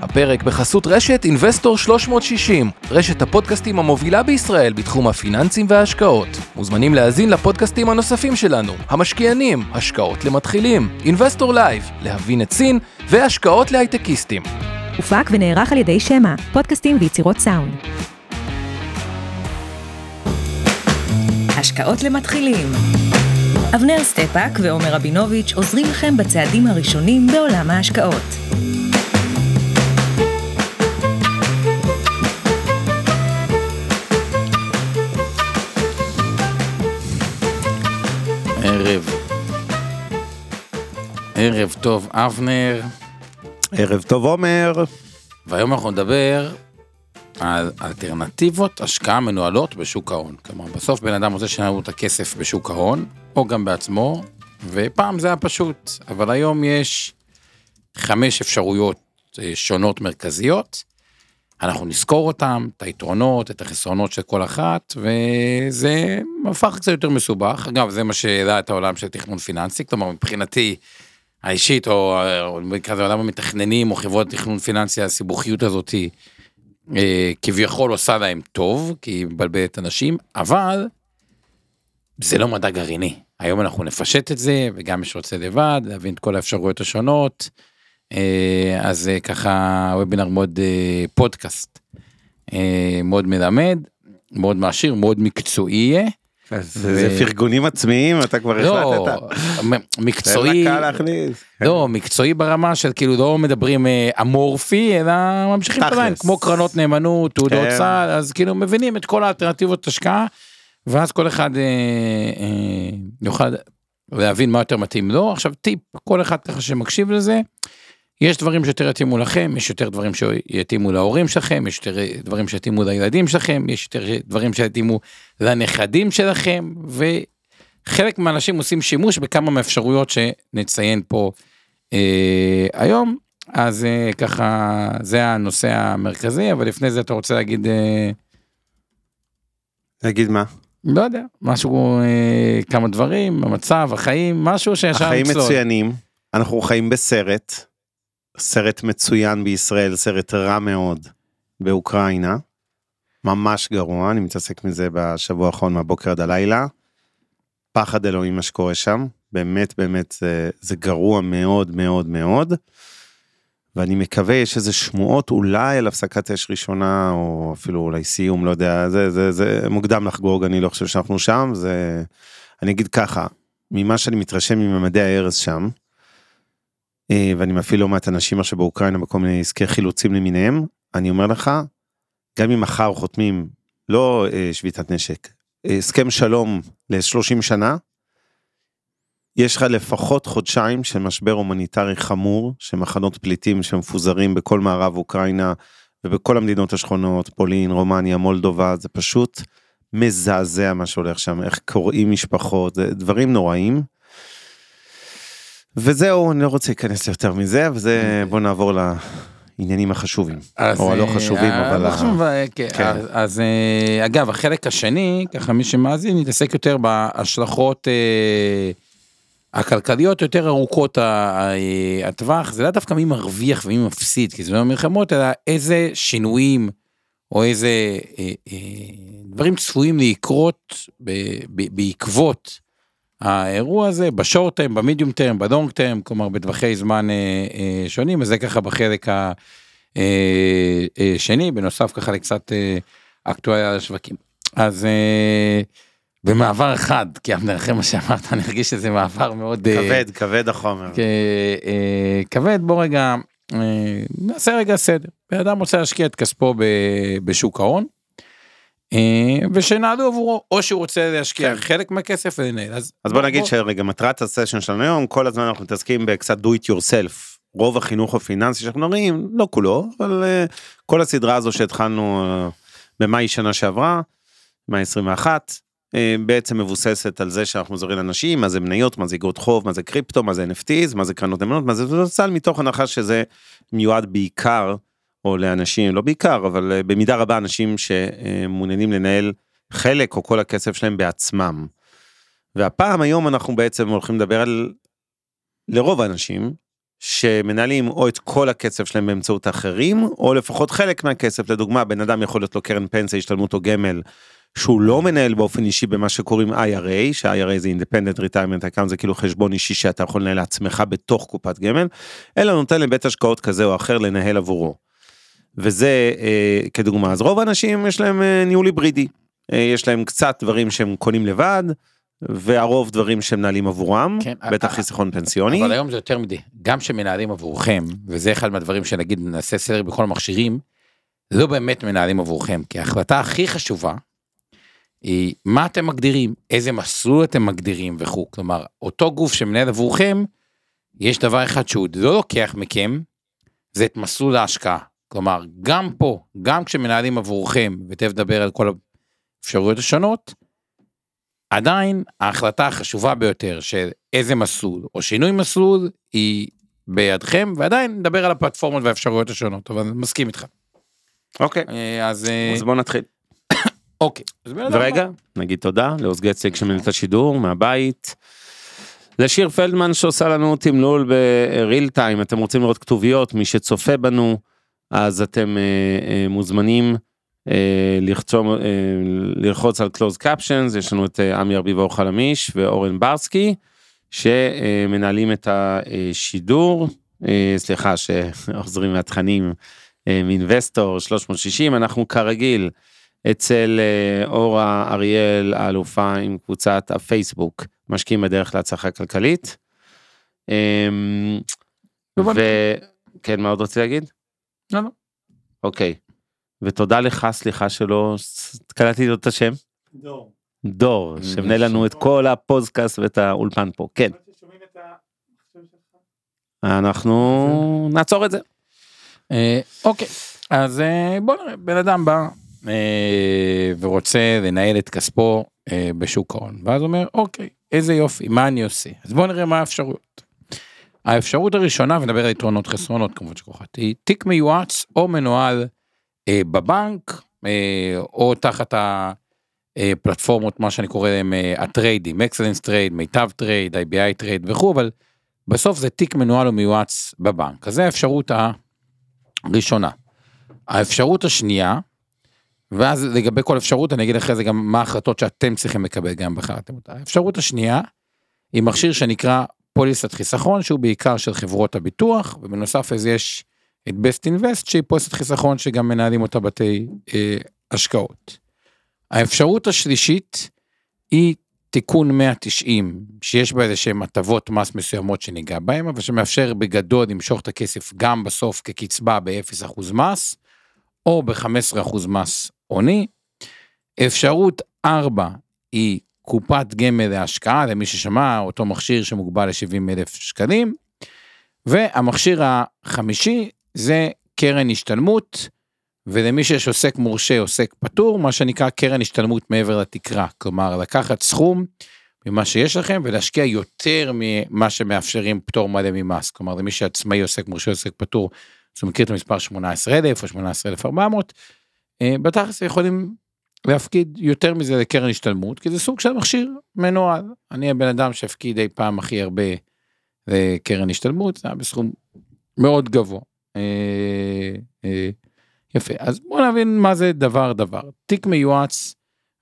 הפרק בחסות רשת Investor 360, רשת הפודקאסטים המובילה בישראל בתחום הפיננסים וההשקעות. מוזמנים להאזין לפודקאסטים הנוספים שלנו, המשקיענים, השקעות למתחילים, Investor Live, להבין את סין, והשקעות להייטקיסטים. הופק ונערך על ידי שמה, פודקאסטים ויצירות סאונד. השקעות למתחילים. אבנר סטפאק ועומר רבינוביץ' עוזרים לכם בצעדים הראשונים בעולם ההשקעות. ערב טוב אבנר. ערב טוב עומר. והיום אנחנו נדבר על אלטרנטיבות השקעה מנוהלות בשוק ההון. כלומר, בסוף בן אדם רוצה שנעלו את הכסף בשוק ההון, או גם בעצמו, ופעם זה היה פשוט, אבל היום יש 5 אפשרויות שונות מרכזיות, אנחנו נזכור אותם, את היתרונות, את החסרונות של כל אחת, וזה הפך קצת יותר מסובך. אגב, זה מה שהעלה את העולם של תכנון פיננסי, כלומר, מבחינתי האישית, או כזה עולם המתכננים, או חברות תכנון פיננסי, הסיבוכיות הזאת כביכול עושה להם טוב, כי היא מבלבלת את אנשים, אבל זה לא מדע גרעיני. היום אנחנו נפשט את זה, וגם מי שרוצה לבד, להבין את כל האפשרויות השונות, אז ככה וובינר מאוד פודקאסט, מאוד מלמד, מאוד מעשיר, מאוד מקצועי. זה פרגונים עצמיים, אתה כבר החלטת. מקצועי, לא, מקצועי ברמה של כאילו לא מדברים אמורפי, אלא ממשיכים עדיין, כמו קרנות נאמנות, תעודות סל, אז כאילו מבינים את כל האלטרנטיבות השקעה, ואז כל אחד יוכל להבין מה יותר מתאים לו. עכשיו טיפ, כל אחד ככה שמקשיב לזה, יש דברים שיותר יתאימו לכם, יש יותר דברים שיתאימו להורים שלכם, יש יותר דברים שיתאימו לילדים שלכם, יש יותר דברים שיתאימו לנכדים שלכם, וחלק מהאנשים עושים שימוש בכמה מאפשרויות שנציין פה היום, אז ככה זה הנושא המרכזי, אבל לפני זה אתה רוצה להגיד... להגיד מה? לא יודע, משהו, כמה דברים, המצב, החיים, משהו שישר החיים מצוינים, אנחנו חיים בסרט, סרט מצוין בישראל, סרט רע מאוד באוקראינה, ממש גרוע, אני מתעסק מזה בשבוע האחרון מהבוקר עד הלילה, פחד אלוהים מה שקורה שם, באמת באמת זה גרוע מאוד מאוד מאוד, ואני מקווה יש איזה שמועות אולי על הפסקת אש ראשונה, או אפילו אולי סיום, לא יודע, זה מוקדם לחגוג, אני לא חושב שאנחנו שם, אני אגיד ככה, ממה שאני מתרשם מממדי ההרס שם, ואני מפעיל לא מעט אנשים עכשיו באוקראינה, בכל מיני עסקי חילוצים למיניהם, אני אומר לך, גם אם מחר חותמים, לא שביתת נשק, הסכם שלום ל-30 שנה, יש לך לפחות חודשיים של משבר הומניטרי חמור, שמחנות פליטים שמפוזרים בכל מערב אוקראינה, ובכל המדינות השכונות, פולין, רומניה, מולדובה, זה פשוט מזעזע מה שהולך שם, איך קוראים משפחות, זה דברים נוראים, וזהו, אני לא רוצה להיכנס יותר מזה, וזה, בוא נעבור לעניינים החשובים, או הלא חשובים, אבל... אז אגב, החלק השני, ככה מי שמאזין, נתעסק יותר בהשלכות הכלכליות יותר ארוכות הטווח, זה לא דווקא מי מרוויח ומי מפסיד, כי זה לא מלחמות, אלא איזה שינויים, או איזה דברים צפויים לקרות בעקבות האירוע הזה, בשורט טרם, במידיום טרם, בלונג טרם, כלומר בטווחי זמן שונים, אז זה ככה בחלק השני, בנוסף ככה לקצת אקטואליה על השווקים. אז במעבר אחד, כי אחרי מה שאמרת, אני הרגיש שזה מעבר מאוד... כבד החומר. כבד, בוא רגע, נעשה רגע סדר. בן אדם רוצה להשקיע את כספו בשוק ההון, ושנעדו עבורו, או שהוא רוצה להשקיע חלק מהכסף ולנהל. אז בוא נגיד שרגע, מטרת הסשן שלנו היום, כל הזמן אנחנו מתעסקים בקצת do it yourself, רוב החינוך הפיננסי שאנחנו נראים, לא כולו, אבל כל הסדרה הזו שהתחלנו במאי שנה שעברה, מאי 21, בעצם מבוססת על זה שאנחנו מזורים לאנשים, מה זה מניות, מה זה אגרות חוב, מה זה קריפטו, מה זה NFTs, מה זה קרנות נאמנות, מה זה סל, מתוך הנחה שזה מיועד בעיקר, או לאנשים, לא בעיקר, אבל במידה רבה אנשים שמעוניינים לנהל חלק או כל הכסף שלהם בעצמם. והפעם היום אנחנו בעצם הולכים לדבר על לרוב האנשים, שמנהלים או את כל הכסף שלהם באמצעות אחרים, או לפחות חלק מהכסף, לדוגמה, בן אדם יכול להיות לו קרן פנסיה, השתלמות או גמל, שהוא לא מנהל באופן אישי במה שקוראים IRA, ש-IRA זה Independent Retirement Account, זה כאילו חשבון אישי שאתה יכול לנהל לעצמך בתוך קופת גמל, אלא נותן לבית השקעות כזה או אחר לנהל עבורו. וזה כדוגמה, אז רוב האנשים יש להם ניהול היברידי, יש להם קצת דברים שהם קונים לבד, והרוב דברים שמנהלים עבורם, כן, בטח חיסכון פנסיוני. אבל היום זה יותר מדי, גם שמנהלים עבורכם, וזה אחד מהדברים שנגיד נעשה סדר בכל המכשירים, לא באמת מנהלים עבורכם, כי ההחלטה הכי חשובה, היא מה אתם מגדירים, איזה מסלול אתם מגדירים וכו'. כלומר, אותו גוף שמנהל עבורכם, יש דבר אחד שהוא לא לוקח מכם, זה את מסלול ההשקעה. כלומר, גם פה, גם כשמנהלים עבורכם, ותכף נדבר על כל האפשרויות השונות, עדיין ההחלטה החשובה ביותר של איזה מסלול, או שינוי מסלול, היא בידכם, ועדיין נדבר על הפלטפורמות והאפשרויות השונות, אבל אני מסכים איתך. אוקיי, אז בואו נתחיל. אוקיי. ורגע, נגיד תודה לעוז גצק שמנהל את השידור מהבית, לשיר פלדמן שעושה לנו תמלול בריל טיים, אתם רוצים לראות כתוביות, מי שצופה בנו, אז אתם מוזמנים ללחוץ על closed captions, יש לנו את עמי ארביב ואור חלמיש ואורן ברסקי, שמנהלים את השידור, סליחה, שעוזרים מהתכנים מאינבסטור 360, אנחנו כרגיל אצל אורה אריאל האלופה עם קבוצת הפייסבוק, משקיעים בדרך להצלחה כלכלית, וכן, מה עוד רוצה להגיד? לא. אוקיי, ותודה לך, סליחה שלא קלטתי את השם. דור, שמנה לנו את כל הפודקאסט ואת האולפן פה, כן. אנחנו נעצור את זה. אוקיי, אז בוא נראה, בן אדם בא ורוצה לנהל את כספו בשוק ההון, ואז אומר, אוקיי, איזה יופי, מה אני עושה? אז בוא נראה מה האפשרויות. האפשרות הראשונה, ונדבר על יתרונות חסרונות, כמובן שכוחת, היא תיק מיועץ או מנוהל בבנק, או תחת הפלטפורמות, מה שאני קורא להם, הטריידים, אקסלנס טרייד, מיטב טרייד, IBI טרייד וכו', אבל בסוף זה תיק מנוהל ומיועץ בבנק. אז זה האפשרות הראשונה. האפשרות השנייה, ואז לגבי כל אפשרות, אני אגיד אחרי זה גם מה ההחלטות שאתם צריכים לקבל גם בחרתם אותה. האפשרות השנייה, היא מכשיר שנקרא פוליסת חיסכון, שהוא בעיקר של חברות הביטוח, ובנוסף לזה יש את Best Invest, שהיא פוליסת חיסכון שגם מנהלים אותה בתי השקעות. האפשרות השלישית, היא תיקון 190, שיש בה איזה שהן הטבות מס מסוימות שניגע בהם, אבל שמאפשר בגדול למשוך את הכסף גם בסוף כקצבה ב-0% מס, או ב-15% מס עוני. אפשרות 4 היא קופת גמל להשקעה, למי ששמע, אותו מכשיר שמוגבל ל-70,000 שקלים, והמכשיר החמישי זה קרן השתלמות, ולמי שיש עוסק מורשה, עוסק פטור, מה שנקרא קרן השתלמות מעבר לתקרה, כלומר לקחת סכום ממה שיש לכם, ולהשקיע יותר ממה שמאפשרים פטור מלא ממס, כלומר למי שעצמאי עוסק מורשה, עוסק פטור, אז הוא מכיר את המספר 18,000 או 18,400, בתכלס יכולים להפקיד יותר מזה לקרן השתלמות, כי זה סוג של מכשיר מנוהל. אני הבן אדם שהפקיד אי פעם הכי הרבה לקרן השתלמות, זה היה בסכום מאוד גבוה. יפה, אז בואו נבין מה זה דבר. תיק מיועץ,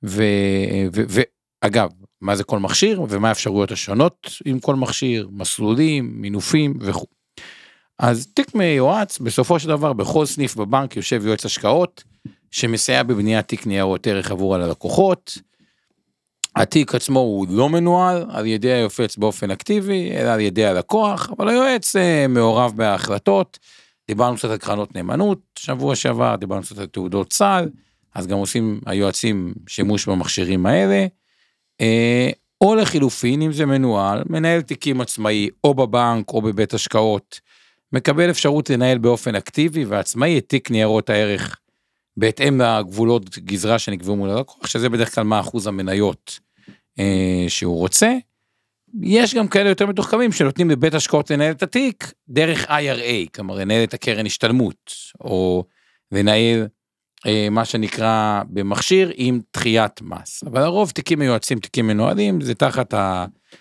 ואגב, מה זה כל מכשיר, ומה האפשרויות השונות עם כל מכשיר, מסלולים, מינופים וכו'. אז תיק מיועץ, בסופו של דבר, בכל סניף בבנק יושב יועץ השקעות, שמסייע בבניית תיק ניירות ערך עבור על הלקוחות. התיק עצמו הוא לא מנוהל על ידי היועץ באופן אקטיבי, אלא על ידי הלקוח, אבל היועץ מעורב בהחלטות. דיברנו קצת על קרנות נאמנות, שבוע שעבר, דיברנו קצת על תעודות סל, אז גם עושים היועצים שימוש במכשירים האלה, או לחילופין, אם זה מנוהל, מנהל תיקים עצמאי, או בבנק, או בבית השקעות, מקבל אפשרות לנהל באופן אקטיבי, ועצמאי את תיק ניירות הערך, בהתאם לגבולות גזרה שנקבעו מול הלקוח, שזה בדרך כלל מה אחוז המניות שהוא רוצה. יש גם כאלה יותר מתוחכמים שנותנים לבית השקעות לנהל את התיק דרך IRA, כלומר לנהל את הקרן השתלמות, או לנהל מה שנקרא במכשיר עם דחיית מס. אבל הרוב תיקים מיועצים, תיקים מנוהלים, זה תחת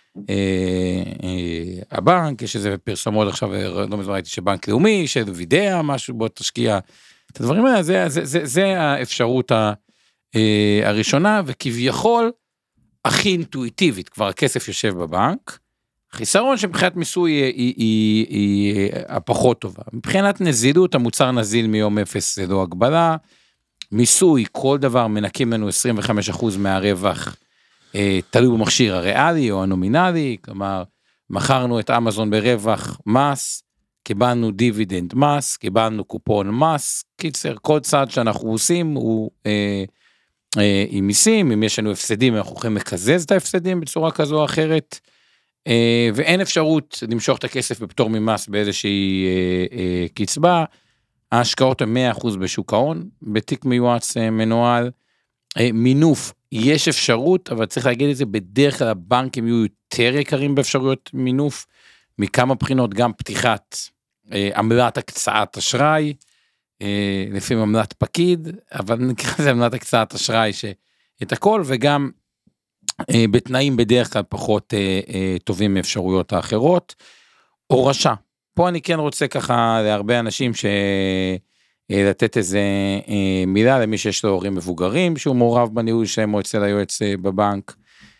הבנק, יש איזה פרסומות עכשיו, לא מזמן ראיתי שבנק לאומי, שזה וידאה, משהו, בוא תשקיע את הדברים האלה, זה האפשרות הראשונה, וכביכול, הכי אינטואיטיבית, כבר הכסף יושב בבנק, חיסרון שמבחינת מיסוי היא הפחות טובה. מבחינת נזילות, המוצר נזיל מיום 0, זה לא הגבלה, מיסוי, כל דבר מנקים לנו 25% מהרווח, תלוי במכשיר הריאלי או הנומינלי, כלומר, מכרנו את אמזון ברווח מס, קיבלנו דיבידנד מס, קיבלנו קופון מס, קיצר, כל צעד שאנחנו עושים הוא עם מיסים, אם יש לנו הפסדים, אנחנו יכולים לקזז את ההפסדים בצורה כזו או אחרת, ואין אפשרות למשוך את הכסף בפטור ממס באיזושהי קצבה, ההשקעות הן 100% בשוק ההון, בתיק מיועץ מנוהל, מינוף, יש אפשרות, אבל צריך להגיד את זה, בדרך כלל הבנקים יהיו יותר יקרים באפשרויות מינוף, מכמה בחינות, גם פתיחת עמלת הקצאת אשראי, לפעמים עמלת פקיד, אבל נקרא לזה עמלת הקצאת אשראי, שאת הכל, וגם בתנאים בדרך כלל פחות טובים מאפשרויות האחרות, הורשה. פה אני כן רוצה ככה להרבה אנשים לתת איזה מילה למי שיש לו הורים מבוגרים, שהוא מעורב בניהול שלהם או אצל היועץ בבנק.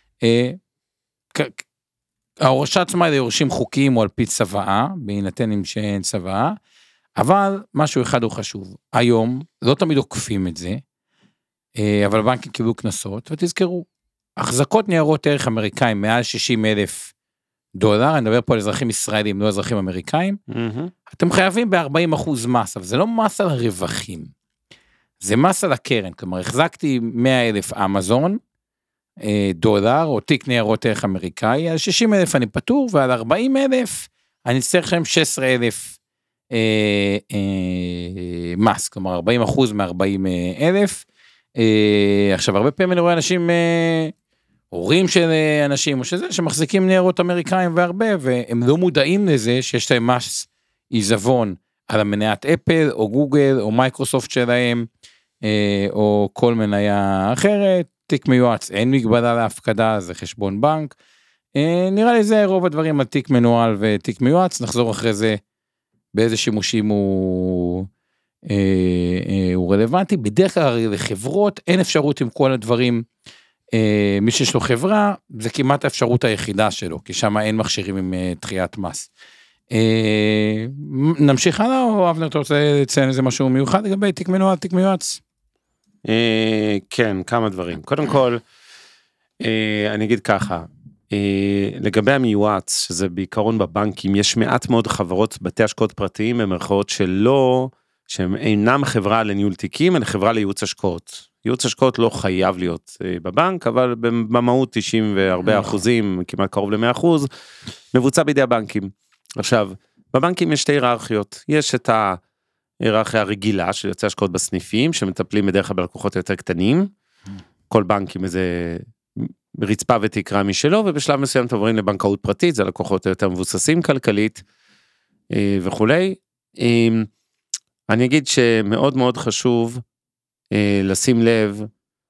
ההורשה עצמה היא ליורשים חוקיים או על פי צוואה, בהינתן אם שאין צוואה, אבל משהו אחד הוא חשוב. היום, לא תמיד עוקפים את זה, אבל הבנקים קיבלו כנסות, ותזכרו, החזקות ניירות ערך אמריקאים מעל $60,000, אני מדבר פה על אזרחים ישראלים, לא אזרחים אמריקאים, אתם חייבים ב-40% מס, אבל זה לא מס על הרווחים, זה מס על הקרן, כלומר, החזקתי 100,000 אמזון, דולר, או תיק ניירות ערך אמריקאי, על 60,000 אני פטור, ועל 40,000 אני צריך להם 16,000 מס, כלומר 40% מ-40,000, עכשיו הרבה פעמים אני רואה אנשים, הורים של אנשים, או שזה, שמחזיקים ניירות אמריקאים והרבה, והם לא מודעים לזה, שיש להם מס עיזבון, על המניית אפל, או גוגל, או מייקרוסופט שלהם, או כל מניה אחרת, תיק מיועץ, אין מגבלה להפקדה, זה חשבון בנק, נראה לי זה רוב הדברים על תיק מנוהל ותיק מיועץ, נחזור אחרי זה באיזה שימושים הוא רלוונטי, בדרך כלל לחברות אין אפשרות עם כל הדברים, מי שיש לו חברה, זה כמעט האפשרות היחידה שלו, כי שם אין מכשירים עם דחיית מס. נמשיך הלאה, או אבנר, אתה רוצה לציין איזה משהו מיוחד לגבי תיק מנוהל, תיק מיועץ? כן, כמה דברים. קודם כל, אני אגיד ככה, לגבי המיועץ, שזה בעיקרון בבנקים, יש מעט מאוד חברות, בתי השקעות פרטיים, במרכאות שלא, שהם אינם חברה לניהול תיקים, אלא חברה לייעוץ השקעות. ייעוץ השקעות לא חייב להיות בבנק, אבל במהות 94%, כמעט קרוב ל100%, מבוצע בידי הבנקים. עכשיו, בבנקים יש שתי היררכיות, יש את ההיררכיה הרגילה של יוצאי השקעות בסניפים, שמטפלים בדרך כלל בלקוחות יותר קטנים, כל בנק עם איזה רצפה ותקרה משלו, ובשלב מסוים אתם עוברים לבנקאות פרטית, זה לקוחות יותר מבוססים כלכלית, וכולי. אני אגיד שמאוד מאוד חשוב לשים לב,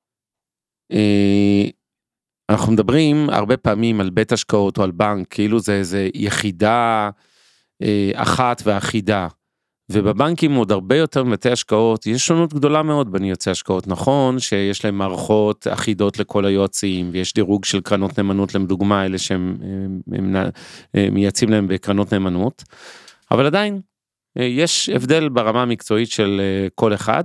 אנחנו מדברים הרבה פעמים על בית השקעות או על בנק, כאילו זה איזה יחידה אחת ואחידה, ובבנקים עוד הרבה יותר מבתי השקעות, יש שונות גדולה מאוד בין יוצאי השקעות, נכון שיש להם מערכות אחידות לכל היועצים, ויש דירוג של קרנות נאמנות, לדוגמה, אלה שהם מייעצים להם בקרנות נאמנות, אבל עדיין, יש הבדל ברמה המקצועית של כל אחד,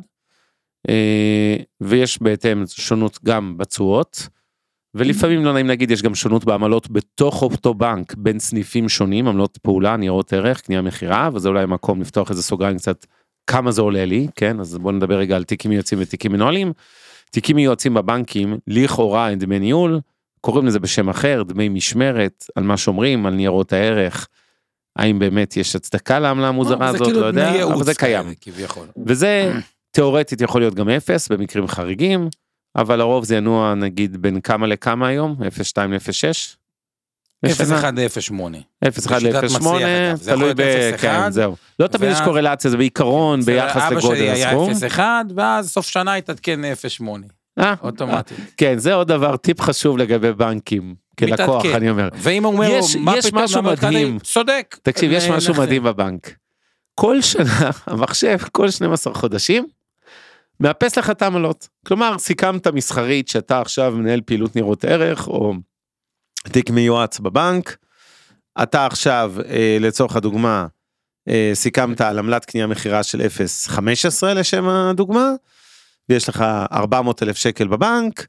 ויש בהתאם שונות גם בתשואות, ולפעמים לא נעים להגיד, יש גם שונות בעמלות בתוך אותו בנק, בין סניפים שונים, עמלות פעולה, ניירות ערך, קנייה מחירה, וזה אולי מקום לפתוח איזה סוגריים קצת, כמה זה עולה לי, כן? אז בואו נדבר רגע על תיקים מיועצים ותיקים מנוהלים. תיקים מיועצים בבנקים, לכאורה אין דמי ניהול, קוראים לזה בשם אחר, דמי משמרת, על מה שאומרים, על ניירות הערך, האם באמת יש הצדקה לעמלה המוזרה הזאת, לא יודע, אבל זה קיים. וזה תיאורטית יכול להיות גם 0, במקרים חריגים, אבל לרוב זה ינוע נגיד בין כמה לכמה היום, 0.2 ל-0.6? 0.1 ל-0.8. 0.1 ל-0.8, תלוי כן, זהו. לא תמיד יש קורלציה, זה בעיקרון ביחס לגודל הסכום. אבא שלי היה 0.1, ואז סוף שנה התעדכן 0.8. אוטומטית. כן, זה עוד דבר, טיפ חשוב לגבי בנקים. כלקוח, מתעדכן. אני אומר. ואם הוא אומר, מה יש פתאום, משהו למה מדהים. צודק. תקשיב, יש משהו מדהים בבנק. כל שנה, המחשב, כל 12 חודשים, מאפס לך את העמלות. כלומר, סיכמת מסחרית שאתה עכשיו מנהל פעילות ניירות ערך, או תיק מיועץ בבנק, אתה עכשיו, לצורך הדוגמה, סיכמת על עמלת קנייה מחירה של 0.15 לשם הדוגמה, ויש לך 400,000 שקל בבנק,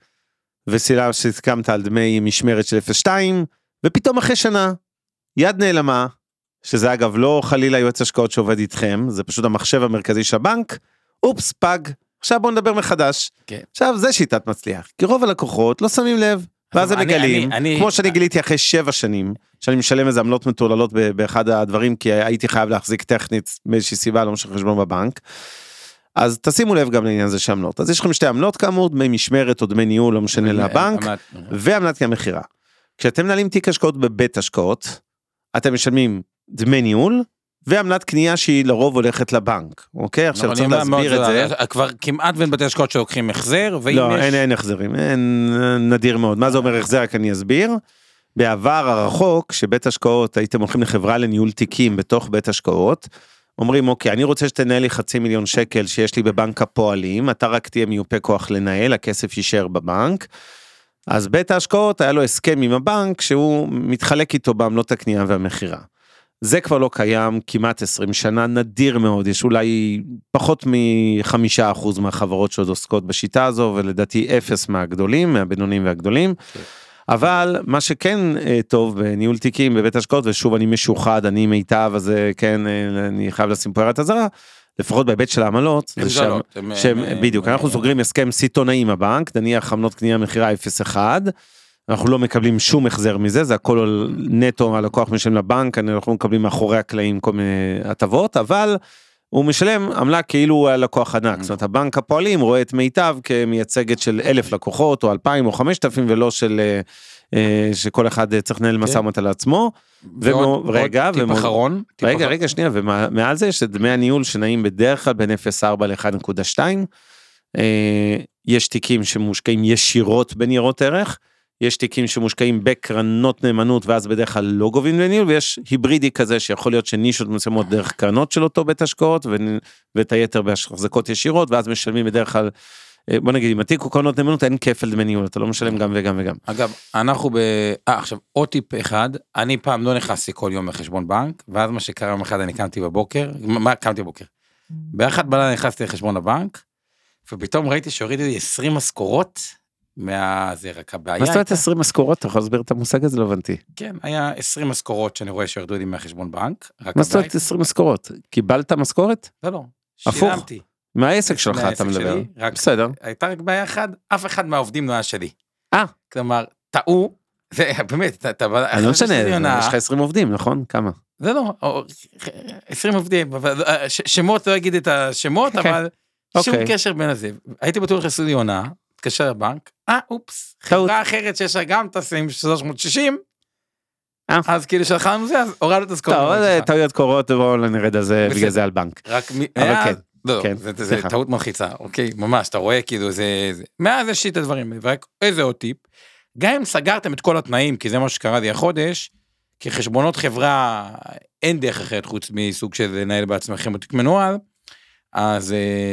וסיכמת על דמי משמרת של 0.2, ופתאום אחרי שנה, יד נעלמה, שזה אגב לא חלילה יועץ השקעות שעובד איתכם, זה פשוט המחשב המרכזי של הבנק, אופס, פג, עכשיו בואו נדבר מחדש. כן. עכשיו זה שיטת מצליח, כי רוב הלקוחות לא שמים לב, ואז הם מגלים, כמו שאני גיליתי אחרי 7 שנים, שאני משלם איזה עמלות מטורללות באחד הדברים, כי הייתי חייב להחזיק טכנית, באיזושהי סיבה, לא משל חשבון בבנק, אז תשימו לב גם לעניין הזה שעמלות, אז יש לכם 2 עמלות כאמור, דמי משמרת או דמי ניהול, לא משנה לבנק, ועמלת קנייה מחירה. כשאתם מנהלים תיק השקעות בבית השקעות, אתם משלמים דמי ניהול, ועמלת קנייה שהיא לרוב הולכת לבנק, אוקיי? עכשיו צריך להסביר את זה. כבר כמעט בין בתי השקעות שלוקחים החזר, לא, אין החזרים, אין נדיר מאוד. מה זה אומר החזר? רק אני אסביר. בעבר הרחוק, שבית השקעות, הייתם הולכים לחברה לניהול תיקים בתוך בית השקעות, אומרים, אוקיי, אני רוצה שתנהל לי 500,000 שקל שיש לי בבנק הפועלים, אתה רק תהיה מיופה כוח לנהל, הכסף יישאר בבנק, אז בית ההשקעות היה לו הסכם עם הבנק, שהוא מתחלק איתו בעמלות הקנייה והמחירה. זה כבר לא קיים כמעט 20 שנה, נדיר מאוד, יש אולי פחות מ5% מהחברות שעוד עוסקות בשיטה הזו, ולדעתי 0 מהגדולים, מהבינונים והגדולים, אבל מה שכן טוב בניהול תיקים בבית השקעות, ושוב אני משוחד, אני מיטב, אז כן, אני חייב לשים פה הערת אזהרה, לפחות בהיבט של העמלות, בדיוק, אנחנו סוגרים הסכם סיטונאי עם הבנק, נניח עמלות קנייה מחירה 0.1, אנחנו לא מקבלים שום החזר מזה, זה הכל נטו, הלקוח משלם לבנק, אנחנו מקבלים מאחורי הקלעים כל מיני הטבות, אבל הוא משלם עמלה כאילו הוא היה לקוח ענק, זאת אומרת, הבנק הפועלים רואה את מיטב כמייצגת של 1,000 לקוחות, או 2,000 או 5,000, ולא של שכל אחד צריך לנהל משא ומתן על עצמו. רגע, טיפ אחרון. רגע, שנייה, ומעל זה יש דמי הניהול שנעים בדרך כלל בין 0.4 ל-1.2, יש תיקים שמושקעים ישירות בניירות ערך, יש תיקים שמושקעים בקרנות נאמנות, ואז בדרך כלל לא גובים דמי ניהול, ויש היברידי כזה שיכול להיות שנישות מסוימות דרך קרנות של אותו בית השקעות, ואת היתר בהחזקות ישירות, ואז משלמים בדרך כלל, בוא נגיד, אם התיק הוא קרנות נאמנות, אין כפל דמי ניהול, אתה לא משלם גם וגם וגם. אגב, אנחנו עכשיו, עוד טיפ אחד, אני פעם לא נכנסתי כל יום לחשבון בנק, ואז מה שקרה יום אחד, אני קמתי בבוקר, קמתי בבוקר? באחת בלילה נכנסתי לחשבון הבנק, ופתאום ראיתי שהורידו לי 20 משכורות, זה רק הבעיה. מה זאת אומרת 20 משכורות? אתה יכול להסביר את המושג הזה? לא הבנתי. כן, היה 20 משכורות שאני רואה שירדו לי מהחשבון בנק. מה זאת אומרת 20 משכורות? קיבלת משכורת? לא, הפוך. שילמתי. מהעסק שלך אתה מדבר. בסדר. הייתה רק בעיה אחת, אף אחד מהעובדים לא היה שלי. אה. כלומר, טעו, זה באמת, אני לא משנה, יש לך 20 עובדים, נכון? כמה? זה לא, 20 עובדים, שמות, לא אגיד את השמות, אבל שום קשר בין הזה. הייתי בטוח שעשו לי עונה, התקשר לבנק, אופס, חברה אחרת שיש לה גם טסים 360, אז כאילו שלחה לנו זה, אז הורדנו את הסקורט. טוב, טעויות קורות, בואו נרד על זה, בגלל זה על בנק. אבל כן. לא, זה טעות מלחיצה, אוקיי, ממש, אתה רואה כאילו זה, מאז יש לי את הדברים, ורק איזה עוד טיפ, גם אם סגרתם את כל התנאים, כי זה מה שקרה לי החודש, כי חשבונות חברה, אין דרך אחרת חוץ מסוג של לנהל בעצמכם בתיק מנוהל, אז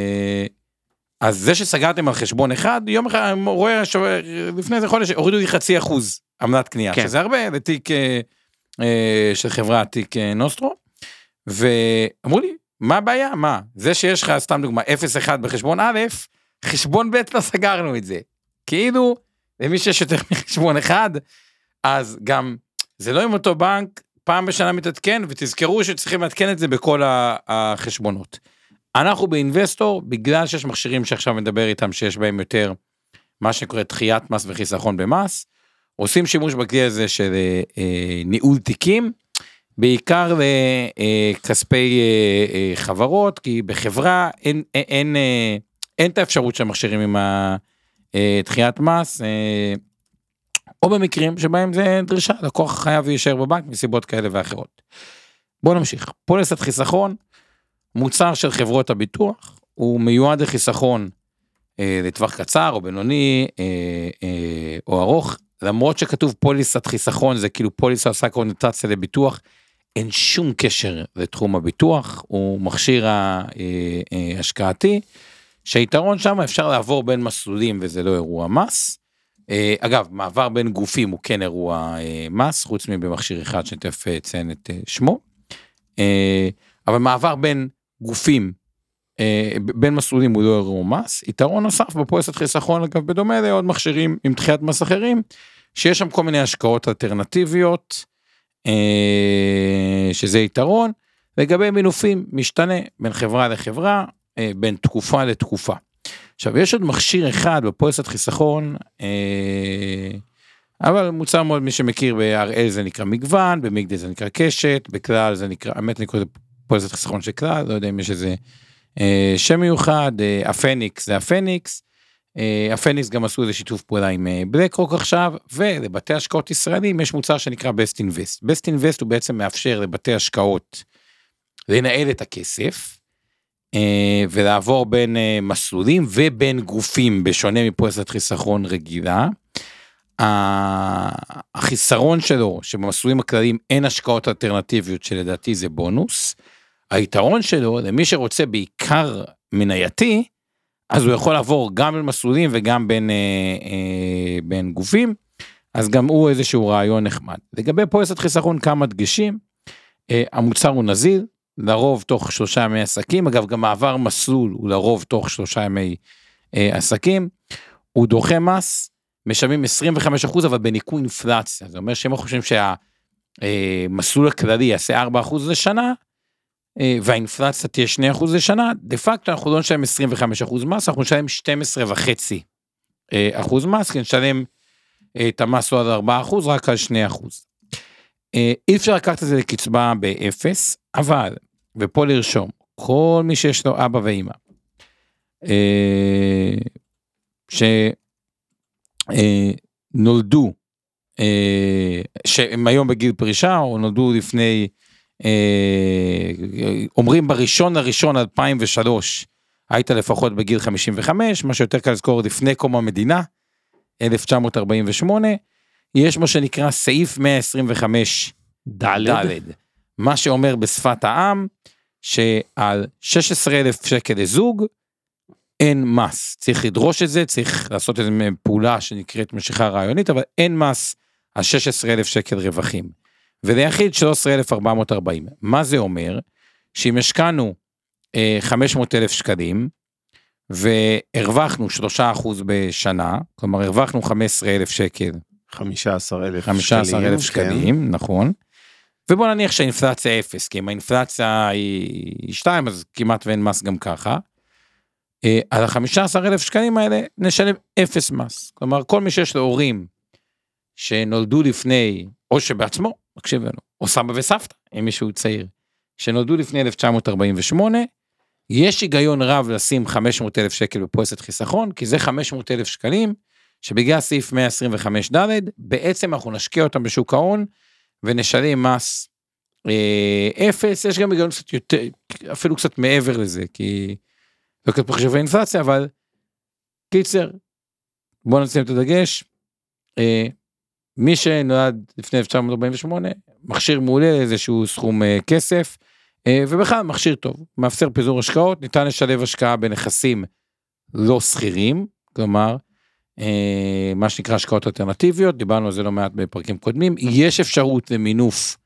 זה שסגרתם על חשבון אחד, יום אחד רואה, לפני איזה חודש, הורידו לי 0.5% עמלת קנייה, שזה הרבה, לתיק של חברה, תיק נוסטרו, ואמרו לי, מה הבעיה? מה? זה שיש לך, סתם דוגמה, 0.1 בחשבון א', חשבון ב' לא סגרנו את זה. כאילו, למי שיש יותר מחשבון אחד, אז גם, זה לא עם אותו בנק, פעם בשנה מתעדכן, ותזכרו שצריכים להתקן את זה בכל החשבונות. אנחנו באינבסטור, בגלל שיש מכשירים שעכשיו מדבר איתם, שיש בהם יותר, מה שקורא דחיית מס וחיסכון במס, עושים שימוש בכלי הזה של ניהול תיקים, בעיקר לכספי חברות, כי בחברה אין את האפשרות של מכשירים עם דחיית מס, או במקרים שבהם זה דרישה, לקוח חייב להישאר בבנק מסיבות כאלה ואחרות. בואו נמשיך. פוליסת חיסכון, מוצר של חברות הביטוח, הוא מיועד לחיסכון לטווח קצר או בינוני או ארוך, למרות שכתוב פוליסת חיסכון, זה כאילו פוליסה עושה קונוטציה לביטוח, אין שום קשר לתחום הביטוח, הוא מכשיר השקעתי, שהיתרון שם אפשר לעבור בין מסלולים וזה לא אירוע מס, אגב, מעבר בין גופים הוא כן אירוע מס, חוץ מבמכשיר אחד שתכף ציין את שמו, אבל מעבר בין גופים, בין מסלולים הוא לא אירוע מס, יתרון נוסף בפוליסת חיסכון, אגב, בדומה לעוד מכשירים עם דחיית מס אחרים, שיש שם כל מיני השקעות אלטרנטיביות, שזה יתרון, לגבי מינופים משתנה בין חברה לחברה, בין תקופה לתקופה. עכשיו, יש עוד מכשיר אחד בפוליסת חיסכון, אבל מוצר מאוד, מי שמכיר ב-RL זה נקרא מגוון, במגדל זה נקרא קשת, בכלל זה נקרא, האמת נקרא פוליסת חיסכון של כלל, לא יודע אם יש איזה שם מיוחד, הפניקס זה הפניקס, הפניקס גם עשו איזה שיתוף פעולה עם בלק-רוק עכשיו, ולבתי השקעות ישראלים יש מוצר שנקרא Best Invest. Best Invest הוא בעצם מאפשר לבתי השקעות לנהל את הכסף, ולעבור בין מסלולים ובין גופים, בשונה מפוליסת חיסכון רגילה. החיסרון שלו, שבמסלולים הכלליים אין השקעות אלטרנטיביות, שלדעתי זה בונוס. היתרון שלו, למי שרוצה בעיקר מנייתי, אז הוא יכול לעבור גם בין מסלולים וגם בין גופים, אז גם הוא איזשהו רעיון נחמד. לגבי פוליסת חיסכון כמה דגשים, המוצר הוא נזיל, לרוב תוך 3 ימי עסקים, אגב גם מעבר מסלול הוא לרוב תוך 3 ימי עסקים, הוא דוחה מס, משלמים 25%, אבל בניכוי אינפלציה, זה אומר שהם חושבים שהמסלול הכללי יעשה 4% לשנה, והאינפלציה תהיה 2% לשנה, דה פקטו אנחנו לא נשלם 25% מס, אנחנו נשלם 12.5% מס, כי נשלם את המס או עד 4%, רק על 2%. אי אפשר לקחת את זה לקצבה ב-0, אבל, ופה לרשום, כל מי שיש לו אבא ואמא, שנולדו, שהם היום בגיל פרישה, או נולדו לפני, אומרים בראשון לראשון 2003, היית לפחות בגיל 55, מה שיותר קל לזכור לפני קום המדינה, 1948, יש מה שנקרא סעיף 125 ד', מה שאומר בשפת העם, שעל 16,000 שקל לזוג, אין מס, צריך לדרוש את זה, צריך לעשות איזו פעולה שנקראת משיכה רעיונית, אבל אין מס על 16,000 שקל רווחים, וליחיד 13,440, מה זה אומר? שאם השקענו 500,000 שקלים, והרווחנו 3% בשנה, כלומר הרווחנו 15,000 שקל, 15,000 שקלים, נכון, ובוא נניח שהאינפלציה 0, כי אם האינפלציה היא 2, אז כמעט ואין מס גם ככה, על ה-15,000 שקלים האלה נשלם 0 מס, כלומר כל מי שיש לו הורים, שנולדו לפני, או שבעצמו, מקשיב לנו, או סבא וסבתא, אם מישהו צעיר, שנולדו לפני 1948, יש היגיון רב לשים 500,000 שקל בפוליסת חיסכון, כי זה 500,000 שקלים, שבגלל סעיף 125 ד', בעצם אנחנו נשקיע אותם בשוק ההון, ונשלם מס 0, יש גם היגיון קצת יותר, אפילו קצת מעבר לזה, כי לא כתוב חשבי אינפלציה, אבל קיצר, בואו נשים את הדגש, מי שנולד לפני 1948, מכשיר מעולה איזשהו סכום כסף, ובכלל מכשיר טוב, מאפשר פיזור השקעות, ניתן לשלב השקעה בנכסים לא סחירים, כלומר, מה שנקרא השקעות אלטרנטיביות, דיברנו על זה לא מעט בפרקים קודמים, יש אפשרות למינוף,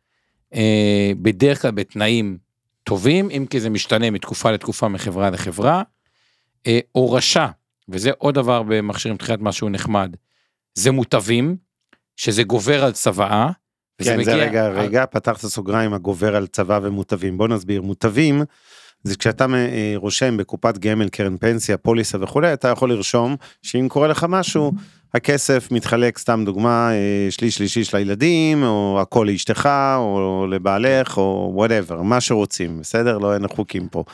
בדרך כלל בתנאים טובים, אם כי זה משתנה מתקופה לתקופה, מחברה לחברה, הורשה, וזה עוד דבר במכשירים תחילת משהו נחמד, זה מוטבים, שזה גובר על צוואה, כן, זה רגע, פתחת סוגריים, הגובר על צבא ומוטבים. בוא נסביר, מוטבים, זה כשאתה רושם בקופת גמל, קרן פנסיה, פוליסה וכו', אתה יכול לרשום, שאם קורה לך משהו, הכסף מתחלק, סתם דוגמה, שליש לילדים, או הכל לאשתך, או לבעלך, או whatever, מה שרוצים, בסדר? לא אין חוקים פה.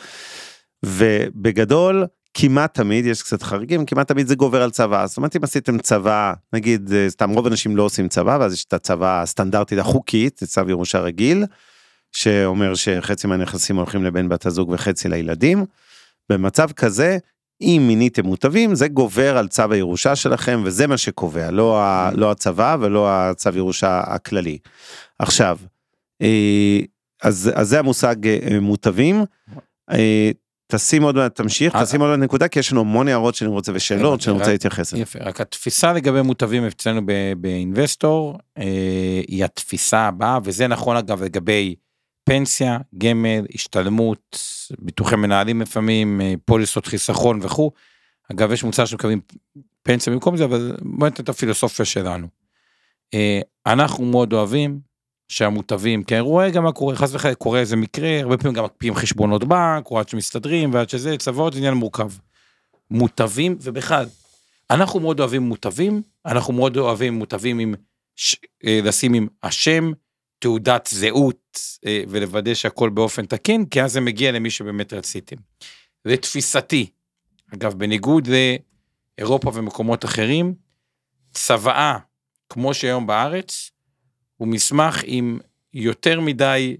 ובגדול, כמעט תמיד, יש קצת חריגים, כמעט תמיד זה גובר על צבא, זאת אומרת אם עשיתם צבא, נגיד, סתם רוב אנשים לא עושים צבא, ואז יש את הצבא הסטנדרטית החוקית, זה צו ירושה רגיל, שאומר שחצי מהנכסים הולכים לבן בת הזוג וחצי לילדים, במצב כזה, אם מיניתם מוטבים, זה גובר על צו הירושה שלכם, וזה מה שקובע, לא הצבא ולא הצו ירושה הכללי. עכשיו, אז זה המושג מוטבים, תשים עוד נקודה, כי יש לנו המון הערות שאני רוצה ושאלות שאני רוצה להתייחס. יפה, רק התפיסה לגבי מוטבים אצלנו באינבסטור, היא התפיסה הבאה, וזה נכון אגב לגבי פנסיה, גמל, השתלמות, ביטוחי מנהלים לפעמים, פוליסות חיסכון וכו'. אגב, יש מוצר שמקבלים פנסיה במקום זה, אבל בואו ניתן את הפילוסופיה שלנו. אנחנו מאוד אוהבים שהמוטבים, כי רואה גם מה קורה, חס וחלילה קורה איזה מקרה, הרבה פעמים גם מקפיאים חשבונות בנק, או עד שמסתדרים, ועד שזה, צבאות, זה עניין מורכב. מוטבים, ובכלל, אנחנו מאוד אוהבים מוטבים, אנחנו מאוד אוהבים מוטבים לשים עם השם, תעודת זהות, ולוודא שהכל באופן תקין, כי אז זה מגיע למי שבאמת רציתם. ותפיסתי, אגב, בניגוד לאירופה ומקומות אחרים, צבאה, כמו שהיום בארץ, הוא מסמך עם יותר מדי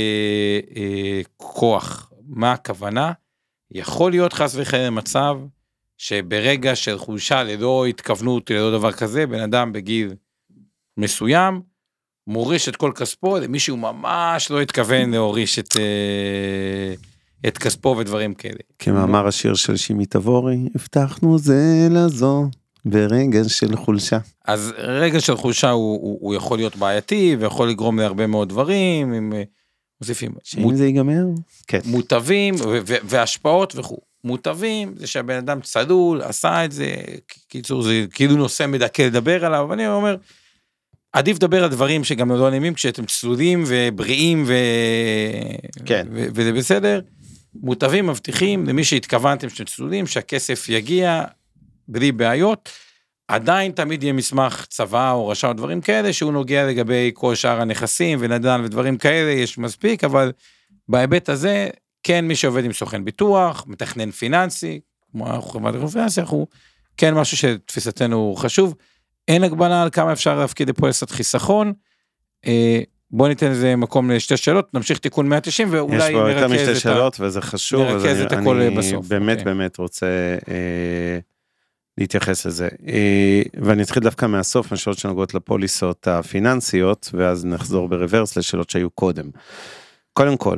כוח. מה הכוונה? יכול להיות חס וחלילה מצב, שברגע של חולשה ללא התכוונות, ללא דבר כזה, בן אדם בגיל מסוים, מוריש את כל כספו, למישהו ממש לא התכוון להוריש את כספו ודברים כאלה. כמאמר השיר של שימי תבורי, הבטחנו זה לזו, ברגע של חולשה. אז רגע של חולשה הוא יכול להיות בעייתי, ויכול לגרום להרבה מאוד דברים, עם מוסיפים. שאם זה ייגמר? כן. מוטבים והשפעות וכו'. מוטבים זה שהבן אדם צלול, עשה את זה, קיצור זה כאילו נושא מדכא לדבר עליו, אבל אני אומר, עדיף לדבר על דברים שגם לא נעימים, כשאתם צלולים ובריאים כן. וזה בסדר. מוטבים מבטיחים למי שהתכוונתם שאתם צלולים, שהכסף יגיע בלי בעיות, עדיין תמיד יהיה מסמך צבא או רשע או דברים כאלה, שהוא נוגע לגבי כל שאר הנכסים ונדל"ן ודברים כאלה, יש מספיק, אבל בהיבט הזה, כן מי שעובד עם סוכן ביטוח, מתכנן פיננסי, כמו חברת פיננסי, אנחנו כן משהו שתפיסתנו חשוב, אין הגבלה על כמה אפשר להפקיד לפוליסת חיסכון, בוא ניתן איזה מקום לשתי שאלות, נמשיך תיקון 190 ואולי יש פה יותר משתי שאלות וזה חשוב, נרכז את הכל בסוף. באמת רוצה להתייחס לזה, ואני אתחיל דווקא מהסוף, מהשאלות שנוגעות לפוליסות הפיננסיות, ואז נחזור ברוורס לשאלות שהיו קודם. קודם כל,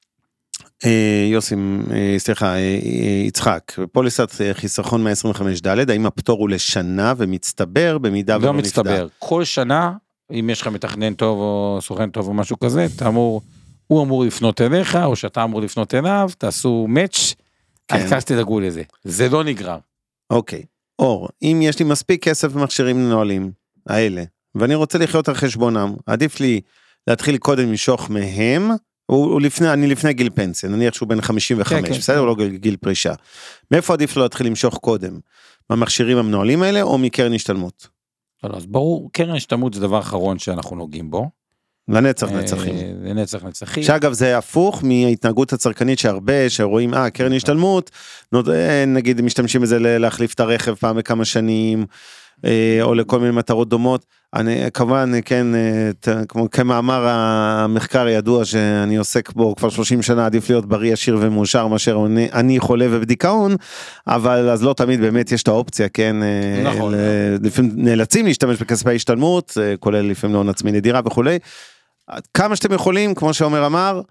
יצחק, פוליסת חיסכון 125ד', האם הפטור הוא לשנה ומצטבר במידה ולא נפטר? לא מצטבר, כל שנה, אם יש לך מתכנן טוב או סוכן טוב או משהו כזה, הוא אמור לפנות אליך, או שאתה אמור לפנות אליו, תעשו מאץ', אז תדאגו לזה, זה לא נגרר. אוקיי, אור, אם יש לי מספיק כסף במכשירים נועלים, האלה, ואני רוצה לחיות על חשבונם, עדיף לי להתחיל קודם למשוך מהם, אני לפני גיל פנסיה, נניח שהוא בן 55, בסדר? או לא גיל פרישה. מאיפה עדיף לו להתחיל למשוך קודם? מהמכשירים המנועלים האלה, או מקרן השתלמות? לא, אז ברור, קרן השתלמות זה דבר אחרון שאנחנו נוגעים בו. לנצח נצחים. לנצח נצחים. שאגב זה הפוך מההתנהגות הצרכנית שהרבה, שרואים, קרן השתלמות, נגיד משתמשים בזה להחליף את הרכב פעם בכמה שנים, או לכל מיני מטרות דומות, אני כמובן, כן, כמאמר המחקר הידוע שאני עוסק בו כבר 30 שנה, עדיף להיות בריא, עשיר ומאושר, מאשר אני חולה ובדיכאון, אבל אז לא תמיד באמת יש את האופציה, כן, נכון. לפעמים נאלצים להשתמש בכספי השתלמות, כולל לפעמים להון עצמי נדירה וכולי, כמה שאתם יכולים, כמו שעומר אמר,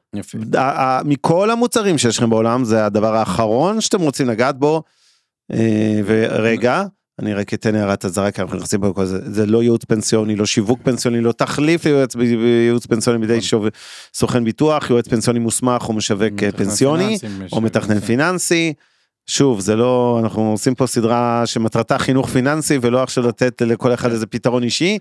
מכל המוצרים שיש לכם בעולם, זה הדבר האחרון שאתם רוצים לגעת בו, ורגע, אני רק אתן הערת הזרה, כי אנחנו נכנסים פה, זה לא ייעוץ פנסיוני, לא שיווק פנסיוני, לא תחליף ייעוץ פנסיוני בידי סוכן ביטוח, יועץ פנסיוני מוסמך או משווק פנסיוני, או מתכנן פיננסי, שוב, זה לא, אנחנו עושים פה סדרה שמטרתה חינוך פיננסי, ולא עכשיו לתת לכל אחד איזה פתרון אישי,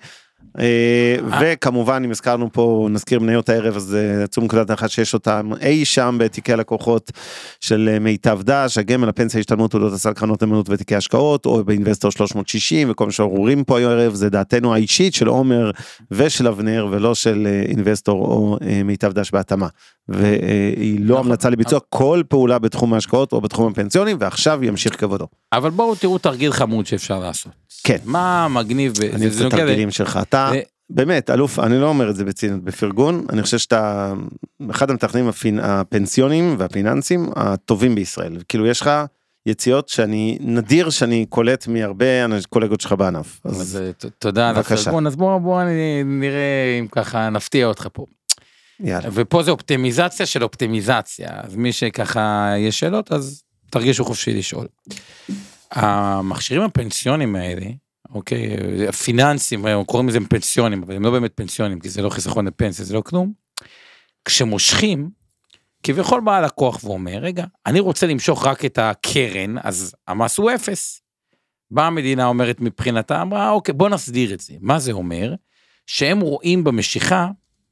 וכמובן אם הזכרנו פה נזכיר מניות הערב, אז עצום נקודת אחת שיש אותם אי שם בתיקי הלקוחות של מיטב דש, הגמל, הפנסיה, השתלמות, תעודות הסל, קרנות נאמנות ותיקי השקעות, או באינבסטור 360 וכל מה שאומרים פה הערב, זה דעתנו האישית של עומר ושל אבנר, ולא של אינבסטור או מיטב דש בהתאמה, והיא לא המלצה לביצוע כל פעולה בתחום ההשקעות או בתחום הפנסיוני, ועכשיו ימשיך כבודו. אבל בואו תראו תרגיל חמוד שאפשר לעשות. כן. מה מגניב? אני אעשה תרגילים שלך. אתה, באמת, אלוף, אני לא אומר את זה בציניות, בפרגון, אני חושב שאתה אחד המתכננים הפנסיונים והפיננסים הטובים בישראל. כאילו יש לך יציאות שאני, נדיר שאני קולט מהרבה קולגות שלך בענף. אז תודה על הפרגון, אז בוא נראה אם ככה נפתיע אותך פה. יאללה. ופה זה אופטימיזציה של אופטימיזציה, אז מי שככה יש שאלות, אז תרגישו חופשי לשאול. המכשירים הפנסיונים האלה, אוקיי, הפיננסים, קוראים לזה פנסיונים, אבל הם לא באמת פנסיונים, כי זה לא חיסכון לפנסיה, זה לא כלום. כשמושכים, כביכול בא הלקוח ואומר, רגע, אני רוצה למשוך רק את הקרן, אז המס הוא 0. באה המדינה אומרת מבחינתה, אמרה, אוקיי, בוא נסדיר את זה. מה זה אומר? שהם רואים במשיכה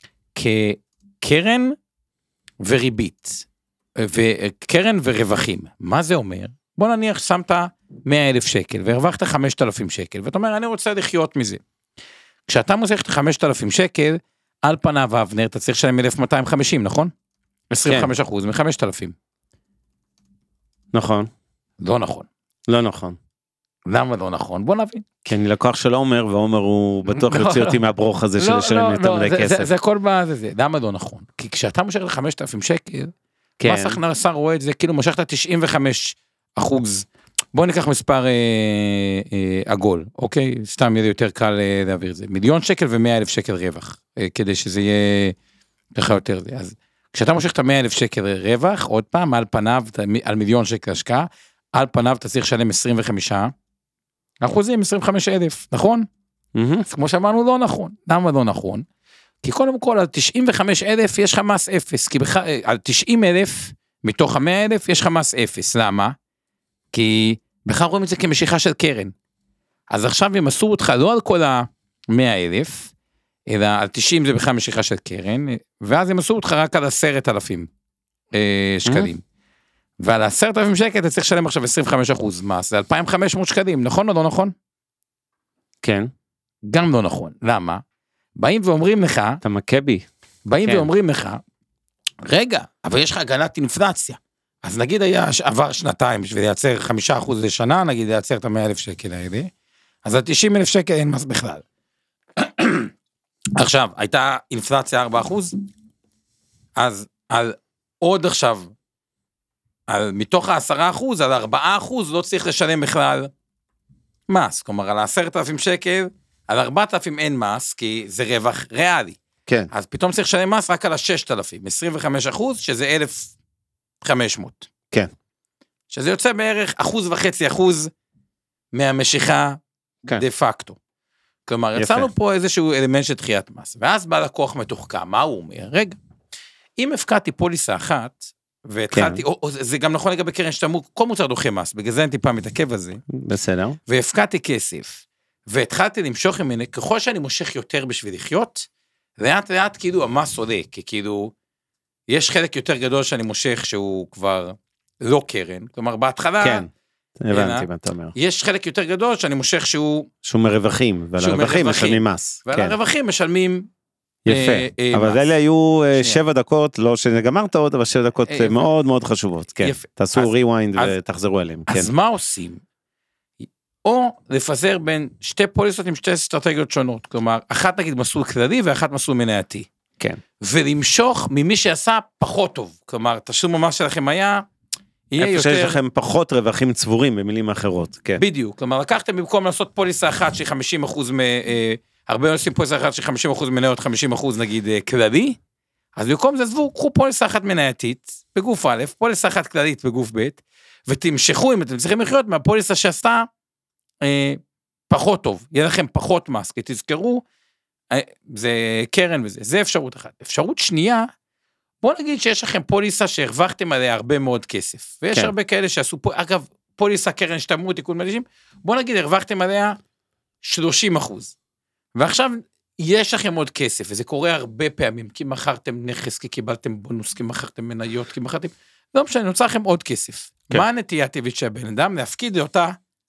כקרן וריבית, וקרן ורווחים. מה זה אומר? בוא נניח שמת 100,000 שקל, והרווחת 5,000 שקל, ואתה אומר, אני רוצה לחיות מזה. כשאתה מוסך את 5,000 שקל, על פניו אבנר, אתה צריך לשלם 1,250, נכון? 25% מ-5,000. נכון. לא נכון. לא נכון. למה לא נכון? בוא נבין. כי אני לקוח של עומר, ועומר הוא בטוח יוציא אותי מהברוך הזה של לשלם יותר מדי כסף. זה הכל זה. למה לא נכון? כי כשאתה מושך ל-5,000 שקל, מס הכנסה רואה את זה, כאילו משכת 95%. בוא ניקח מספר עגול, אוקיי? סתם יהיה יותר קל להעביר את זה. 1,000,000 שקל ו100,000 שקל רווח, כדי שזה יהיה ככה יותר זה. אז כשאתה מושך את 100,000 שקל רווח, עוד פעם, על פניו, על 1,000,000 שקל השקעה, על פניו אתה צריך לשלם 25%, 25,000, נכון? אז כמו שאמרנו, לא נכון. למה לא נכון? כי קודם כל, על 95,000 יש לך מס 0, כי על 90,000, מתוך 100,000 יש לך מס 0. למה? כי בכלל רואים את זה כמשיכה של קרן. אז עכשיו הם עשו אותך לא על כל ה-100,000, אלא על 90 זה בכלל משיכה של קרן, ואז הם עשו אותך רק על 10,000 שקלים. ועל 10,000 שקל אתה צריך לשלם עכשיו 25% מס, זה 2,500 שקלים, נכון או לא נכון? כן. גם לא נכון. למה? באים ואומרים לך, אתה מכה בי. באים ואומרים לך, רגע, אבל יש לך הגנת אינפלציה. אז נגיד היה עבר שנתיים, בשביל לייצר 5% לשנה, נגיד לייצר את 100,000 שקל האלה, אז על 90,000 שקל אין מס בכלל. עכשיו, הייתה אינפלציה 4%, אז על עוד עכשיו, מתוך 10%, על 4% לא צריך לשלם בכלל מס. כלומר, על 10,000 שקל, על 4,000 אין מס, כי זה רווח ריאלי. כן. אז פתאום צריך לשלם מס רק על 6,000, 25%, שזה 1,500. כן. שזה יוצא בערך 1.5% מהמשיכה דה פקטו. כלומר, יצרנו פה איזשהו אלמנט של דחיית מס, ואז בא לקוח מתוחכם, מה הוא אומר? רגע, אם הפקעתי פוליסה אחת, והתחלתי, או זה גם נכון לגבי קרן שתמור, כל מוצר דוחה מס, בגלל זה אני טיפה מתעכב על זה. בסדר. והפקעתי כסף, והתחלתי למשוך ממני, ככל שאני מושך יותר בשביל לחיות, לאט לאט כאילו המס עולה, כי כאילו, יש חלק יותר גדול שאני מושך שהוא כבר לא קרן, כלומר בהתחלה, כן, הבנתי מה אתה אומר. יש חלק יותר גדול שאני מושך שהוא מרווחים, ועל הרווחים משלמים מס. ועל הרווחים משלמים יפה, אבל אלה היו 7 דקות, לא שגמרת עוד, אבל 7 דקות מאוד מאוד חשובות, כן. תעשו ריוויינד ותחזרו אליהם. אז מה עושים? או לפזר בין שתי פוליסות עם שתי אסטרטגיות שונות, כלומר, אחת נגיד מסלול כללי ואחת מסלול מנייתי. כן. ולמשוך ממי שעשה פחות טוב, כלומר, תשלום המס שלכם היה, יהיה איפה יותר... שיש לכם פחות רווחים צבורים במילים אחרות, כן. בדיוק, כלומר, לקחתם במקום לעשות פוליסה אחת שהיא 50% הרבה עושים פוליסה אחת שהיא 50% מניות, 50% נגיד כללי, אז במקום זה זבו, קחו פוליסה אחת מנייתית בגוף א', פוליסה אחת כללית בגוף ב', ותמשכו אם אתם צריכים לחיות מהפוליסה שעשתה פחות טוב, יהיה לכם פחות מס, כי תזכרו, זה קרן וזה, זה אפשרות אחת. אפשרות שנייה, בוא נגיד שיש לכם פוליסה שהרווחתם עליה הרבה מאוד כסף, ויש הרבה כאלה שעשו, אגב, פוליסה קרן שתמרו תיקון מלישים, בוא נגיד הרווחתם עליה 30%, ועכשיו יש לכם עוד כסף, וזה קורה הרבה פעמים, כי מכרתם נכס, כי קיבלתם בונוס, כי מכרתם מניות, כי מכרתם, לא משנה, נוצר לכם עוד כסף. מה הנטייה הטבעית של הבן אדם? להפקיד לאותה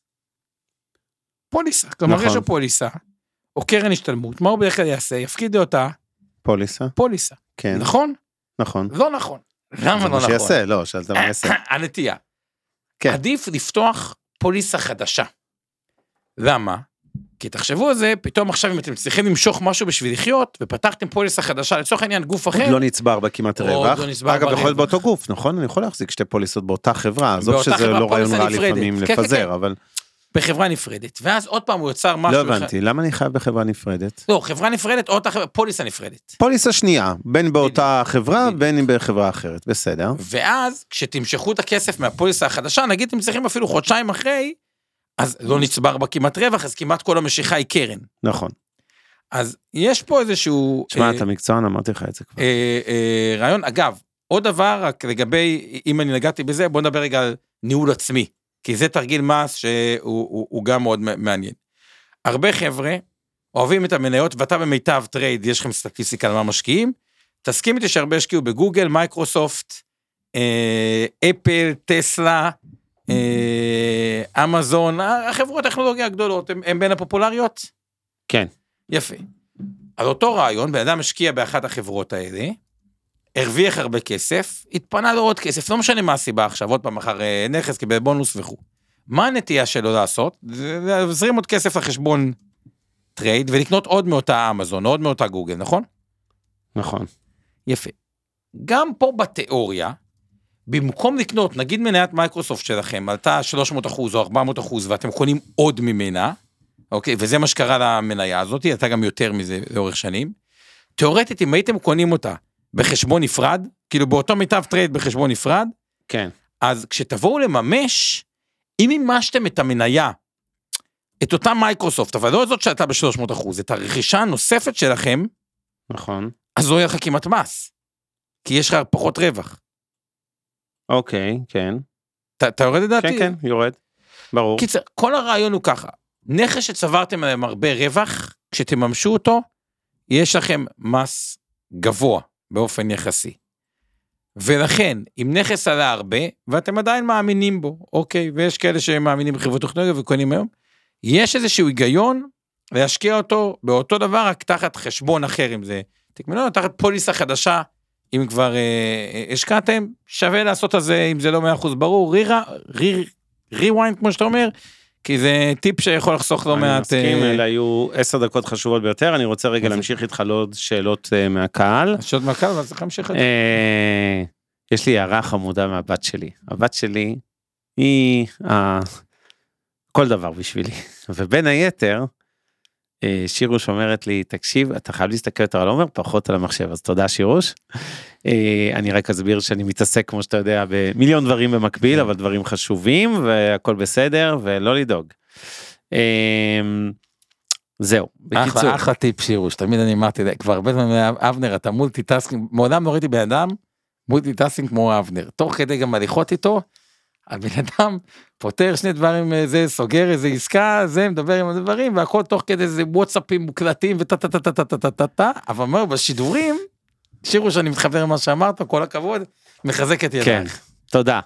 פוליסה, כלומר יש לו פוליסה, או קרן השתלמות, מה הוא בדרך כלל יעשה? יפקיד לאותה פוליסה. כן. נכון? נכון. לא נכון. למה לא נכון? שיעשה, לא, שאלת מה יעשה. הנטייה. עדיף לפתוח פוליסה חדשה. למה? כי תחשבו על זה, פתאום עכשיו אם אתם צריכים למשוך משהו בשביל לחיות, ופתחתם פוליסה חדשה, לצורך העניין גוף אחר. עוד לא נצבר בה כמעט רווח. אגב, יכול להיות באותו גוף, נכון? אני יכול להחזיק שתי פוליסות באותה חברה, עזוב שזה לא רעיון רע לפעמים לפזר, אבל... בחברה נפרדת, ואז עוד פעם הוא יוצר משהו... לא הבנתי, למה אני חייב בחברה נפרדת? לא, חברה נפרדת, או פוליסה נפרדת. פוליסה שנייה, בין באותה חברה, בין אם בחברה אחרת, בסדר. ואז, כשתמשכו את הכסף מהפוליסה החדשה, נגיד אתם צריכים אפילו חודשיים אחרי, אז לא נצבר בה כמעט רווח, אז כמעט כל המשיכה היא קרן. נכון. אז יש פה איזשהו... תשמע, אתה מקצוען, אמרתי לך את זה כבר. רעיון, אגב, עוד דבר, רק לגבי, אם אני נגעתי בזה, בוא נדבר רגע על ניהול עצמי, כי זה תרגיל מס שהוא גם מאוד מעניין. הרבה חבר'ה אוהבים את המניות, ואתה במיטב טרייד, יש לכם סטטיסטיקה על מה משקיעים, תסכים איתי שהרבה השקיעו בגוגל, מייקרוסופט, אפל, טסלה, אמזון, החברות הטכנולוגיה הגדולות, הן בין הפופולריות? כן. יפה. על אותו רעיון, בן אדם משקיע באחת החברות האלה, הרוויח הרבה כסף, התפנה לו עוד כסף, לא משנה מה הסיבה עכשיו, עוד פעם אחר נכס, קיבל בונוס וכו'. מה הנטייה שלו לעשות? להזרים עוד כסף לחשבון טרייד, ולקנות עוד מאותה אמזון, עוד מאותה גוגל, נכון? נכון. יפה. גם פה בתיאוריה, במקום לקנות, נגיד מניית מייקרוסופט שלכם, עלתה 300% או 400%, ואתם קונים עוד ממנה, אוקיי, וזה מה שקרה למניה הזאת, עלתה גם יותר מזה לאורך שנים, תיאורטית, אם הייתם קונים אותה בחשבון נפרד, כאילו באותו מיטב טרייד בחשבון נפרד, כן. אז כשתבואו לממש, אם מימשתם את המניה, את אותה מייקרוסופט, אבל לא זאת שעלתה ב300%, את הרכישה הנוספת שלכם, נכון. אז לא יהיה לך כמעט מס, כי יש לך פחות רווח. אוקיי, כן. אתה יורד לדעתי? כן, כן, יורד. ברור. קיצר, כל הרעיון הוא ככה, נכס שצברתם עליהם הרבה רווח, כשתממשו אותו, יש לכם מס גבוה, באופן יחסי. ולכן, אם נכס עלה הרבה, ואתם עדיין מאמינים בו, אוקיי, ויש כאלה שמאמינים בחברות טכנולוגיה וקונים היום, יש איזשהו היגיון להשקיע אותו באותו דבר, רק תחת חשבון אחר, אם זה תקמנו, תחת פוליסה חדשה, אם כבר השקעתם, שווה לעשות את זה, אם זה לא 100% ברור, ריוויינד, כמו שאתה אומר, כי זה טיפ שיכול לחסוך לא מעט... אני מסכים, אלה היו 10 דקות חשובות ביותר, אני רוצה רגע להמשיך איתך לעוד שאלות מהקהל. שאלות מהקהל, אבל צריך להמשיך את זה. יש לי הערה חמודה מהבת שלי. הבת שלי היא כל דבר בשבילי, ובין היתר, שירוש אומרת לי, תקשיב, אתה חייב להסתכל יותר על עומר, פחות על המחשב, אז תודה שירוש. אני רק אסביר שאני מתעסק, כמו שאתה יודע, במיליון דברים במקביל, אבל דברים חשובים, והכל בסדר, ולא לדאוג. זהו, בקיצור. אחלה טיפ שירוש, תמיד אני אמרתי, כבר הרבה זמן אבנר, אתה מולטיטאסקינג, מעולם לא ראיתי בן אדם, מולטיטאסקינג כמו אבנר, תוך כדי גם הליכות איתו, הבן אדם פותר שני דברים, זה סוגר איזה עסקה, זה מדבר עם הדברים, והכל תוך כדי זה וואטסאפים מוקלטים, אבל אומר, בשידורים, שירו שאני מתחבר עם מה שאמרת, כל הכבוד, מחזק את ידייך. כן, תודה.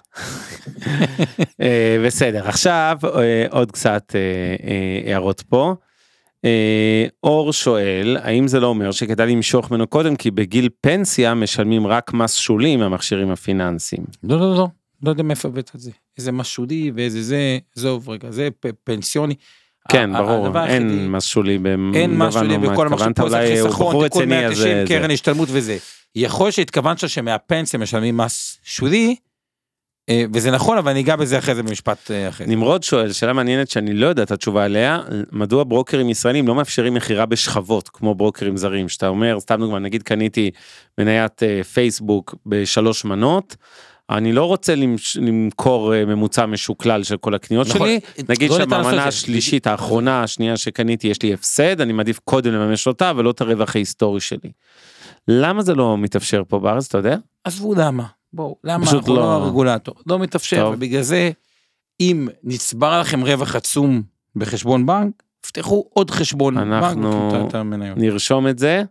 בסדר, עכשיו עוד קצת הערות פה. אור שואל, האם זה לא אומר שכדאי למשוך ממנו קודם, כי בגיל פנסיה משלמים רק מס שולי מהמכשירים הפיננסיים? לא, לא, לא. לא יודע מאיפה הבאת את זה, איזה משולי ואיזה זה, זוב רגע, זה פנסיוני. כן, ברור, אין מס שולי, אין מס שולי בכל המחשב, פה זה חיסכון, תיקון 190, קרן השתלמות וזה. יכול שהתכוונת שמהפנסיה משלמים מס שולי, וזה נכון, אבל אני אגע בזה אחרי זה במשפט אחר. נמרוד שואל, שאלה מעניינת שאני לא יודע את התשובה עליה, מדוע ברוקרים ישראלים לא מאפשרים מחירה בשכבות, כמו ברוקרים זרים, שאתה אומר, סתם דוגמה, נגיד קניתי מניית פייסבוק ב3 מנות, אני לא רוצה למכור ממוצע משוקלל של כל הקניות שלי, נגיד שהמנה השלישית האחרונה, השנייה שקניתי, יש לי הפסד, אני מעדיף קודם לממש אותה, ולא את הרווח ההיסטורי שלי. למה זה לא מתאפשר פה בארץ, אתה יודע? עזבו למה, בואו, למה אנחנו לא הרגולטור, לא מתאפשר, ובגלל זה, אם נצבר לכם רווח עצום בחשבון בנק, פתחו עוד חשבון בנק, אנחנו נרשום את זה.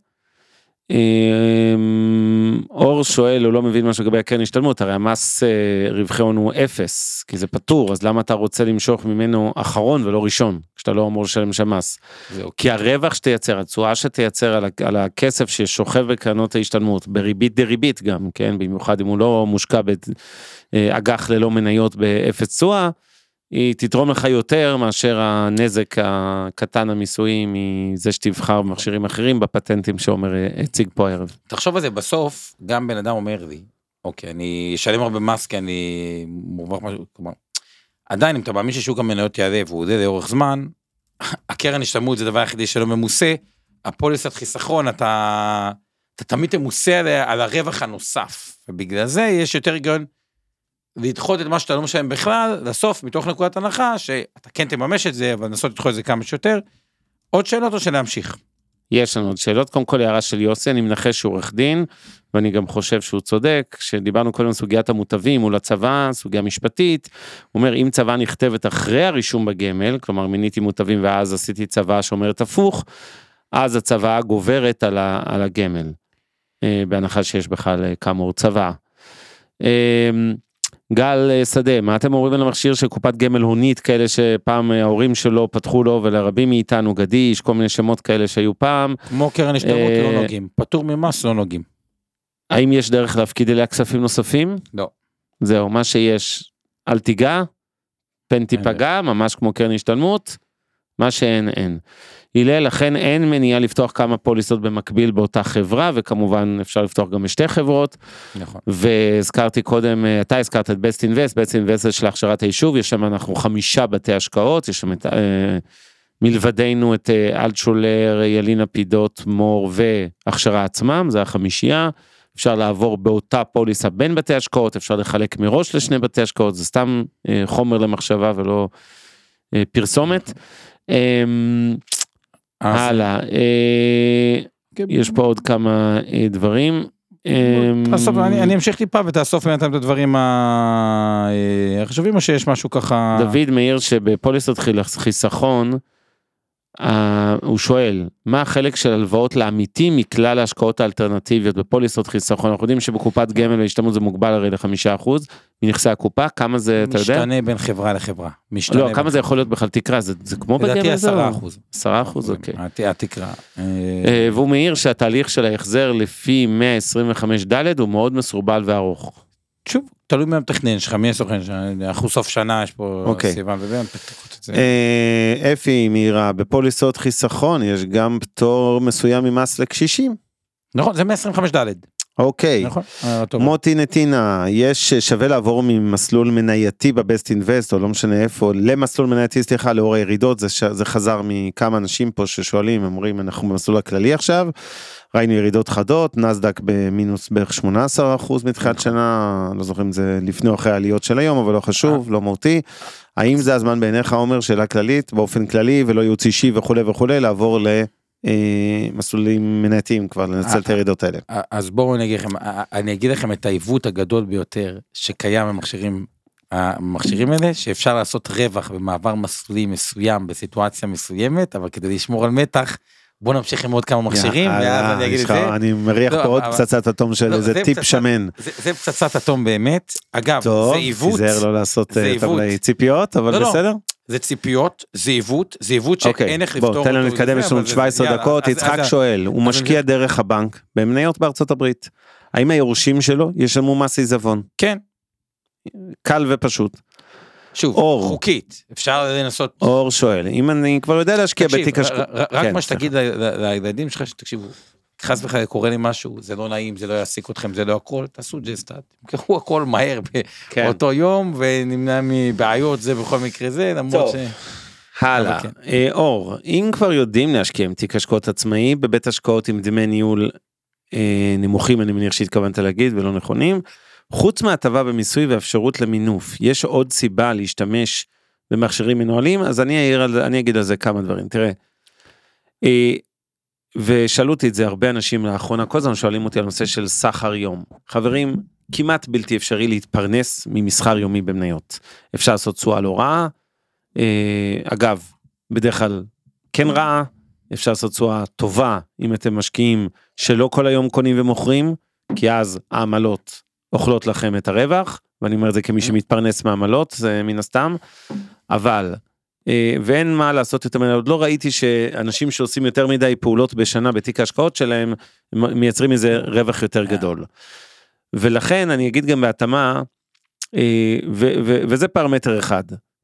אור שואל, הוא לא מבין משהו לגבי הקרן השתלמות, הרי המס רווחי הון הוא 0, כי זה פטור, אז למה אתה רוצה למשוך ממנו אחרון ולא ראשון, כשאתה לא אמור לשלם שם מס? כי הרווח שתייצר, התשואה שתייצר על הכסף ששוכב בקרנות ההשתלמות, בריבית דריבית גם, כן, במיוחד אם הוא לא מושקע באג"ח ללא מניות באפס תשואה, היא תתרום לך יותר מאשר הנזק הקטן המיסוי מזה שתבחר במכשירים אחרים בפטנטים שעומר הציג פה הערב. תחשוב על זה, בסוף גם בן אדם אומר לי, אוקיי, אני אשלם הרבה מס כי אני מורווח משהו, כלומר, עדיין אם אתה מאמין ששוק המניות יעלה והוא עולה לאורך זמן, הקרן השתלמות זה דבר היחידי שלא ממוסה, הפוליסת חיסכון, אתה תמיד תמוסה על הרווח הנוסף, ובגלל זה יש יותר היגיון לדחות את מה שאתה לא משלם בכלל, לסוף מתוך נקודת הנחה, שאתה כן תממש את זה, אבל לנסות לדחות את זה כמה שיותר. עוד שאלות או שלהמשיך? יש לנו עוד שאלות, קודם כל הערה של יוסי, אני מנחש שהוא עורך דין, ואני גם חושב שהוא צודק, שדיברנו קודם סוגיית המוטבים מול הצבא, סוגיה משפטית, הוא אומר, אם צבא נכתבת אחרי הרישום בגמל, כלומר מיניתי מוטבים ואז עשיתי צבא שאומרת הפוך, אז הצבא גוברת על הגמל, בהנחה שיש בכלל כאמור צבא. גל שדה, מה אתם אומרים על המכשיר של קופת גמל הונית, כאלה שפעם ההורים שלו פתחו לו, ולרבים מאיתנו גדיש, כל מיני שמות כאלה שהיו פעם. כמו קרן השתלמות לא נוגעים, פטור ממס לא נוגעים. האם יש דרך להפקיד אליה כספים נוספים? לא. זהו, מה שיש, אל תיגע, פן תיפגע, ממש כמו קרן השתלמות, מה שאין, אין. הלל, לכן אין מניעה לפתוח כמה פוליסות במקביל באותה חברה, וכמובן אפשר לפתוח גם בשתי חברות. נכון. והזכרתי קודם, אתה הזכרת את Best Invest, Best Invest של הכשרת היישוב, יש שם אנחנו 5 בתי השקעות, יש שם את, מלבדנו את אלטשולר, ילינה פידות, מור והכשרה עצמם, זה 5, אפשר לעבור באותה פוליסה בין בתי השקעות, אפשר לחלק מראש לשני בתי השקעות, זה סתם חומר למחשבה ולא פרסומת. הלאה, יש פה עוד כמה דברים. אני אמשיך טיפה ותאסוף בינתיים את הדברים החשובים, או שיש משהו ככה... דוד מאיר שבפוליסות חיסכון, הוא שואל, מה החלק של הלוואות לעמיתים מכלל ההשקעות האלטרנטיביות בפוליסות חיסכון? אנחנו יודעים שבקופת גמל להשתלמות זה מוגבל הרי ל5% מנכסי הקופה, כמה זה, אתה יודע? משתנה בין חברה לחברה. לא, כמה זה יכול להיות בכלל תקרה? זה כמו בגמל זה? 10%. 10%, אוקיי. התקרה. והוא מעיר שהתהליך של ההחזר לפי 125 ד' הוא מאוד מסורבל וארוך. שוב, תלוי מה מתכנן שלך, מי הסוכן, אנחנו סוף שנה, יש פה סיוון ובן, תקחות את זה. אפי מהירה, בפוליסות חיסכון, יש גם פטור מסוים ממס לקשישים. נכון, זה 125 ד'. אוקיי, נכון, מוטי נתינה, יש שווה לעבור ממסלול מנייתי בבסט אינבסט, או לא משנה איפה, למסלול מנייתי, סליחה, לאור הירידות, זה חזר מכמה אנשים פה ששואלים, אומרים, אנחנו במסלול הכללי עכשיו, ראינו ירידות חדות, נסדק במינוס בערך 18% מתחילת שנה, לא זוכרים זה לפני או אחרי העליות של היום, אבל לא חשוב, לא מהותי. האם זה הזמן בעיניך, עומר, שאלה כללית, באופן כללי, ולא ייעוץ אישי וכו' וכו', לעבור מסלולים מנייתיים כבר, לנצל את הירידות האלה? אז בואו אני אגיד לכם את העיוות הגדול ביותר, שקיים במכשירים האלה, שאפשר לעשות רווח במעבר מסלולים מסוים, בסיטואציה מסוימת, אבל כדי לשמור על מתח, בוא נמשיך עם עוד כמה מכשירים, ואז אני אגיד את זה. אני מריח פה עוד פצצת אטום של איזה טיפ שמן. זה פצצת אטום באמת. אגב, זה עיוות. טוב, תיזהר לא לעשות תבלי ציפיות, אבל בסדר. זה ציפיות, זה עיוות שאין איך לפתור אותו. בוא, תן לנו להתקדם, יש לנו 17 דקות, יצחק שואל, הוא משקיע דרך הבנק, במניות בארצות הברית. האם היורשים שלו ישלמו מס עיזבון? כן. קל ופשוט. שוב, חוקית, אפשר לנסות... אור שואל, אם אני כבר יודע להשקיע בתיק השקעות... רק מה שתגיד לילדים שלך, שתקשיבו, חס וחלילה קורה לי משהו, זה לא נעים, זה לא יעסיק אתכם, זה לא הכל, תעשו ג'סטאט, תמכרו הכל מהר באותו יום, ונמנע מבעיות, זה בכל מקרה זה, למרות ש... הלאה, אור, אם כבר יודעים להשקיע עם תיק השקעות עצמאי, בבית השקעות עם דמי ניהול נמוכים, אני מניח שהתכוונת להגיד, ולא נכונים, חוץ מהטבה במיסוי ואפשרות למינוף, יש עוד סיבה להשתמש במכשירים מנוהלים, אז אני אגיד על זה כמה דברים. תראה, ושאלו אותי את זה הרבה אנשים לאחרונה, כל הזמן שואלים אותי על נושא של סחר יום. חברים, כמעט בלתי אפשרי להתפרנס ממסחר יומי במניות. אפשר לעשות תשואה לא רעה, אגב, בדרך כלל כן רעה, אפשר לעשות תשואה טובה, אם אתם משקיעים שלא כל היום קונים ומוכרים, כי אז העמלות אוכלות לכם את הרווח, ואני אומר את זה כמי שמתפרנס מהעמלות, זה מן הסתם, אבל, ואין מה לעשות יותר מדי, עוד לא ראיתי שאנשים שעושים יותר מדי פעולות בשנה בתיק ההשקעות שלהם, מייצרים איזה רווח יותר גדול. ולכן אני אגיד גם בהתאמה, וזה פרמטר אחד,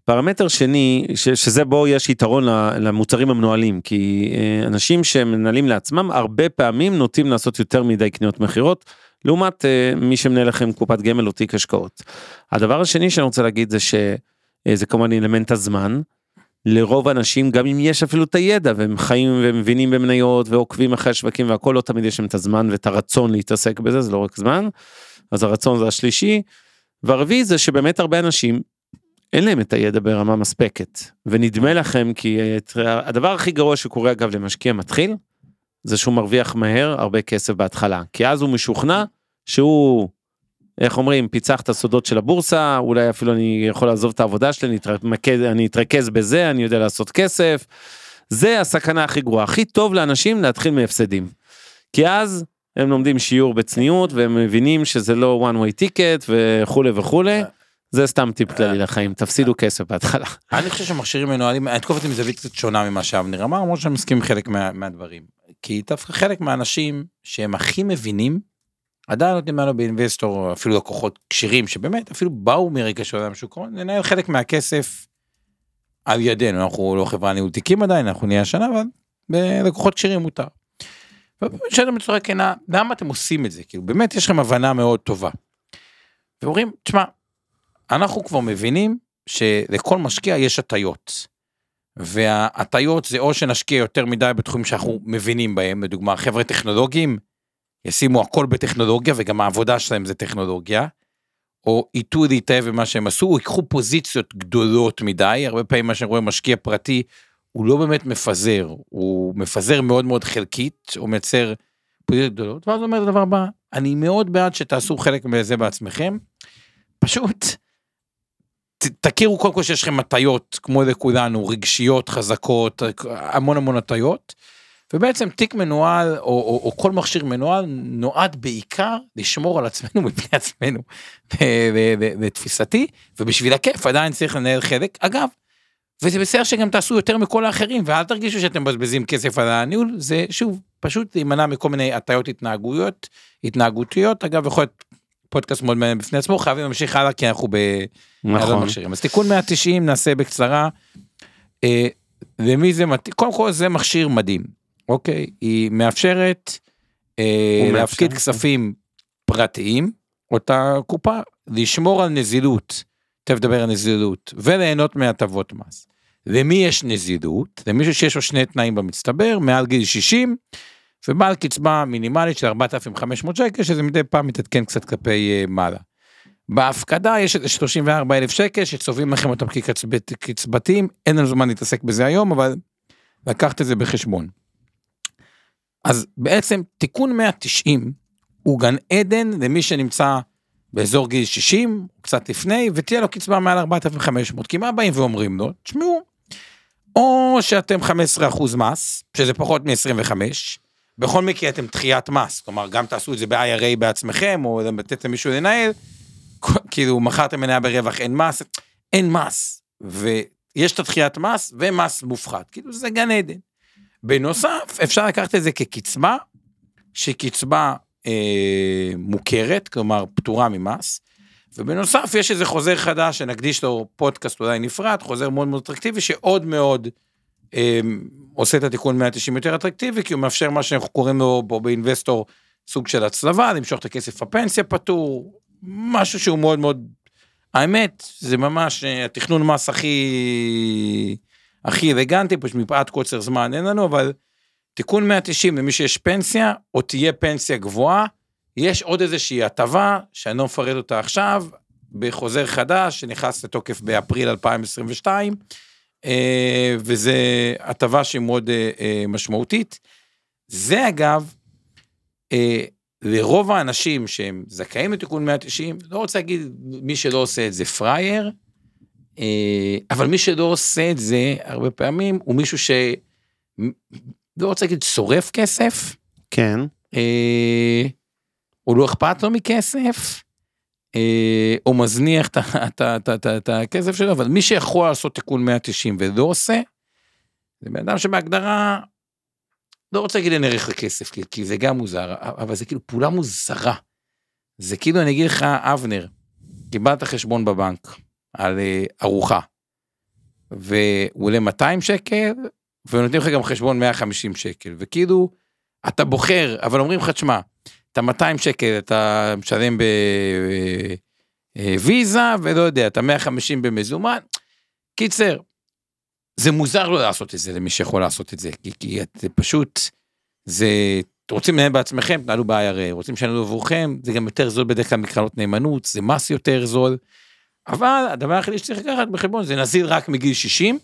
פרמטר שני, שזה בו יש יתרון למוצרים המנוהלים, כי אנשים שמנהלים לעצמם, הרבה פעמים נוטים לעשות יותר מדי קניות מחירות, לעומת מי שמנהל לכם קופת גמל או תיק השקעות. הדבר השני שאני רוצה להגיד זה שזה כמובן אלמנט הזמן, לרוב האנשים, גם אם יש אפילו את הידע, והם חיים ומבינים במניות, ועוקבים אחרי השווקים והכל, לא תמיד יש להם את הזמן ואת הרצון להתעסק בזה, זה לא רק זמן, אז הרצון זה השלישי, והרביעי זה שבאמת הרבה אנשים, אין להם את הידע ברמה מספקת, ונדמה לכם כי הדבר הכי גרוע שקורה אגב למשקיע מתחיל, זה שהוא מרוויח מהר הרבה כסף בהתחלה, כי אז הוא משוכנע שהוא, איך אומרים, פיצח את הסודות של הבורסה, אולי אפילו אני יכול לעזוב את העבודה שלי, אני אתרכז בזה, אני יודע לעשות כסף, זה הסכנה הכי גרועה, הכי טוב לאנשים להתחיל מהפסדים, כי אז הם לומדים שיעור בצניעות, והם מבינים שזה לא one way ticket וכו' וכו', זה סתם טיפ כללי לחיים, תפסידו כסף בהתחלה. אני חושב שמכשירים מנוהלים, אני תקוף אותי מזווית קצת שונה ממה שאבנר אמר, למרות שאני מסכים עם חלק מהדברים, כי דווקא חלק מהאנשים שהם הכי מבינים, עדיין נותנים לנו באינבסטור, אפילו לקוחות קשירים, שבאמת אפילו באו מרגע של עולם שוק ההון, לנהל חלק מהכסף על ידינו, אנחנו לא חברה ניהול תיקים עדיין, אנחנו נהיה השנה, אבל בלקוחות קשירים מותר. ושאתם בצורה כנה, למה אתם עושים את זה? כאילו באמת יש לכם הבנה מאוד טובה. ואומרים, תשמע, אנחנו כבר מבינים שלכל משקיע יש הטיות, וההטיות זה או שנשקיע יותר מדי בתחומים שאנחנו מבינים בהם, לדוגמה חבר'ה טכנולוגיים, ישימו הכל בטכנולוגיה, וגם העבודה שלהם זה טכנולוגיה, או איתו להתאהב במה שהם עשו, או ייקחו פוזיציות גדולות מדי, הרבה פעמים מה שרואה משקיע פרטי, הוא לא באמת מפזר, הוא מפזר מאוד מאוד חלקית, הוא מייצר פוזיציות גדולות, ואז הוא אומר את הדבר הבא, אני מאוד בעד שתעשו חלק מזה בעצמכם, פשוט, תכירו קודם כל שיש לכם הטיות, כמו לכולנו, רגשיות, חזקות, המון המון הטיות, ובעצם תיק מנוהל, או כל מכשיר מנוהל, נועד בעיקר לשמור על עצמנו מפני עצמנו, בתפיסתי, ובשביל הכיף עדיין צריך לנהל חלק, אגב, וזה בסדר שגם תעשו יותר מכל האחרים, ואל תרגישו שאתם מבזבזים כסף על הניהול, זה שוב, פשוט להימנע מכל מיני הטיות התנהגותיות, אגב, יכול להיות פודקאסט מאוד מעניין בפני עצמו, חייבים להמשיך הלאה, כי אנחנו במכשירים. אז תיקון 190 נעשה בקצרה, ומי זה, קודם כל זה מכשיר מדהים, אוקיי, היא מאפשרת להפקיד כספים פרטיים, אותה קופה, לשמור על נזילות, תכף דבר על נזילות, וליהנות מהטבות מס. למי יש נזילות? למישהו שיש לו שני תנאים במצטבר, מעל גיל 60, ובעל קצבה מינימלית של 4,500 שקל, שזה מדי פעם מתעדכן קצת כלפי מעלה. בהפקדה יש 34,000 שקל, שצובעים לכם אותם כקצבתיים, אין לנו זמן להתעסק בזה היום, אבל לקחת את זה בחשבון. אז בעצם תיקון 190, הוא גן עדן למי שנמצא באזור גיל 60, קצת לפני, ותהיה לו קצבה מעל 4,500, כי מה באים ואומרים לו? תשמעו, או שאתם 15% מס, שזה פחות מ-25, בכל מקרה אתם דחיית מס, כלומר גם תעשו את זה ב-IRA בעצמכם, או לתת למישהו לנהל, כאילו מחרתם מניה ברווח, אין מס, ויש את הדחיית מס, ומס מופחת, כאילו זה גן עדן. בנוסף, אפשר לקחת את זה כקצבה, שקצבה מוכרת, כלומר פטורה ממס, ובנוסף יש איזה חוזר חדש, שנקדיש לו פודקאסט אולי נפרד, חוזר מאוד מאוד אטרקטיבי, שעוד מאוד עושה את התיקון 190 יותר אטרקטיבי, כי הוא מאפשר מה שאנחנו קוראים לו פה באינבסטור, סוג של הצלבה, למשוך את הכסף הפנסיה פטור, משהו שהוא מאוד מאוד, האמת, זה ממש התכנון מס הכי אלגנטי, פשוט מפאת קוצר זמן אין לנו, אבל תיקון 190 למי שיש פנסיה, או תהיה פנסיה גבוהה, יש עוד איזושהי הטבה, שאני לא מפרט אותה עכשיו, בחוזר חדש, שנכנס לתוקף באפריל 2022, וזה הטבה שהיא מאוד משמעותית. זה אגב, לרוב האנשים שהם זכאים לתיקון 190, לא רוצה להגיד מי שלא עושה את זה פרייר, אבל מי שלא עושה את זה הרבה פעמים, הוא מישהו לא רוצה להגיד שורף כסף. כן. הוא לא אכפת לו מכסף, או מזניח את הכסף שלו, אבל מי שיכול לעשות תיקון 190 ולא עושה, זה בן אדם שבהגדרה, לא רוצה להגיד אין ערך לכסף, כי זה גם מוזר, אבל זה כאילו פעולה מוזרה. זה כאילו אני אגיד לך, אבנר, קיבלת חשבון בבנק, על ארוחה, והוא עולה 200 שקל, ונותנים לך גם חשבון 150 שקל, וכאילו, אתה בוחר, אבל אומרים לך, תשמע, אתה 200 שקל, אתה משלם בוויזה, ולא יודע, אתה 150 במזומן, קיצר, זה מוזר לא לעשות את זה, למי שיכול לעשות את זה, כי זה פשוט, זה, רוצים לנהל בעצמכם, תנהלו ב-IRA, רוצים שנהלו עבורכם, זה גם יותר זול בדרך כלל מקרנות נאמנות, זה מס יותר זול, אבל הדבר היחידי שצריך לקחת בחשבון, זה נזיל רק מגיל 60,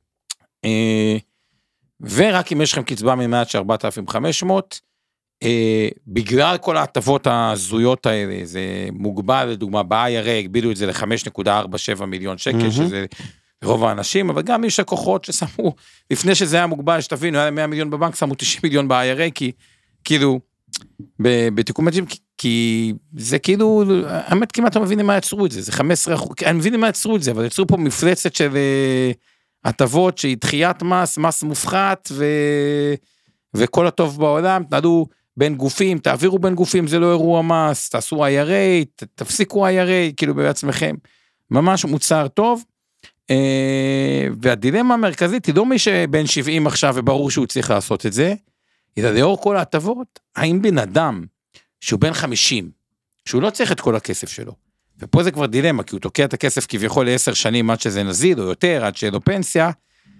ורק אם יש לכם קצבה ממעט של 4,500, בגלל כל ההטבות הזויות האלה, זה מוגבל, לדוגמה, ב-IRA הגבילו את זה ל-5.47 מיליון שקל, שזה רוב האנשים, אבל גם יש לקוחות ששמו, לפני שזה היה מוגבל, שתבינו, היה 100 מיליון בבנק, שמו 90 מיליון ב-IRA, כי כאילו, בתיקון מג'ים, כי זה כאילו, האמת כמעט לא מבינים מה יצרו את זה, זה 15%, אני מבין מה יצרו את זה, אבל יצרו פה מפלצת של הטבות, שהיא דחיית מס מופחת, וכל הטוב בעולם, תנהלו בין גופים, תעבירו בין גופים, זה לא אירוע מס, תעשו IRA, תפסיקו IRA, כאילו בעצמכם, ממש מוצר טוב, והדילמה המרכזית, היא לא מי שבין 70 עכשיו, וברור שהוא צריך לעשות את זה, אלא לאור כל ההטבות, האם בן אדם, שהוא בן 50, שהוא לא צריך את כל הכסף שלו, ופה זה כבר דילמה, כי הוא תוקע את הכסף כביכול ל10 שנים, עד שזה נזיל, או יותר, עד שיהיה לו פנסיה,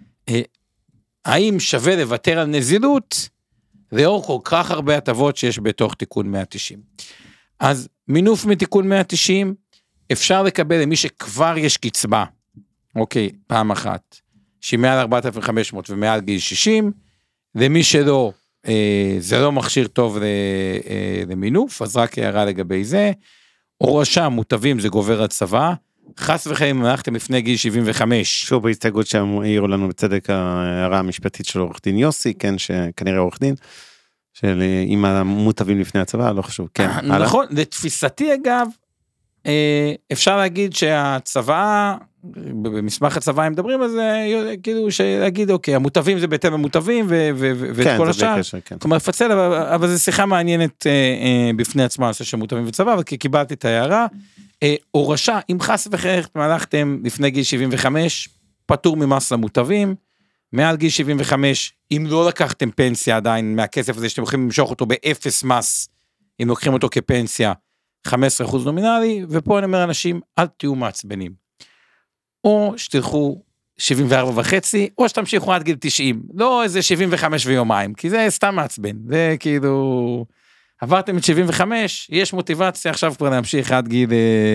האם שווה לוותר על נזילות, לאור כל כך הרבה הטבות שיש בתוך תיקון 190. אז מינוף מתיקון 190, אפשר לקבל למי שכבר יש קצבה, אוקיי, פעם אחת, שהיא מעל 4,500 ומעל גיל 60, למי שלא, זה לא מכשיר טוב למינוף, אז רק הערה לגבי זה, הורשה מוטבים זה גובר הצבא, חס וחיים אם הלכתם לפני גיל 75. שוב בהסתייגות שהעירו לנו בצדק ההערה המשפטית של עורך דין יוסי, כן, שכנראה עורך דין, של אם המוטבים לפני הצבא, לא חשוב, כן. נכון, לתפיסתי אגב, אפשר להגיד שהצבא, במסמך הצבא הם מדברים על זה, כאילו שלהגיד, אוקיי, המוטבים זה בהתאם המוטבים, ואת כל השאר, כלומר, לפצל, אבל זו שיחה מעניינת בפני עצמה, עושה שמוטבים וצבא, אבל קיבלתי את ההערה, הורשה, אם חס וחיים הלכתם לפני גיל 75, פטור ממס למוטבים, מעל גיל 75, אם לא לקחתם פנסיה עדיין מהכסף הזה, שאתם יכולים למשוך אותו באפס מס, אם לוקחים אותו כפנסיה, 15% נומינלי, ופה אני אומר אנשים, אל תהיו מעצבנים. או שתלכו 74.5, או שתמשיכו עד גיל 90, לא איזה 75 ויומיים, כי זה סתם מעצבן, זה כאילו, עברתם את 75, יש מוטיבציה עכשיו כבר להמשיך עד גיל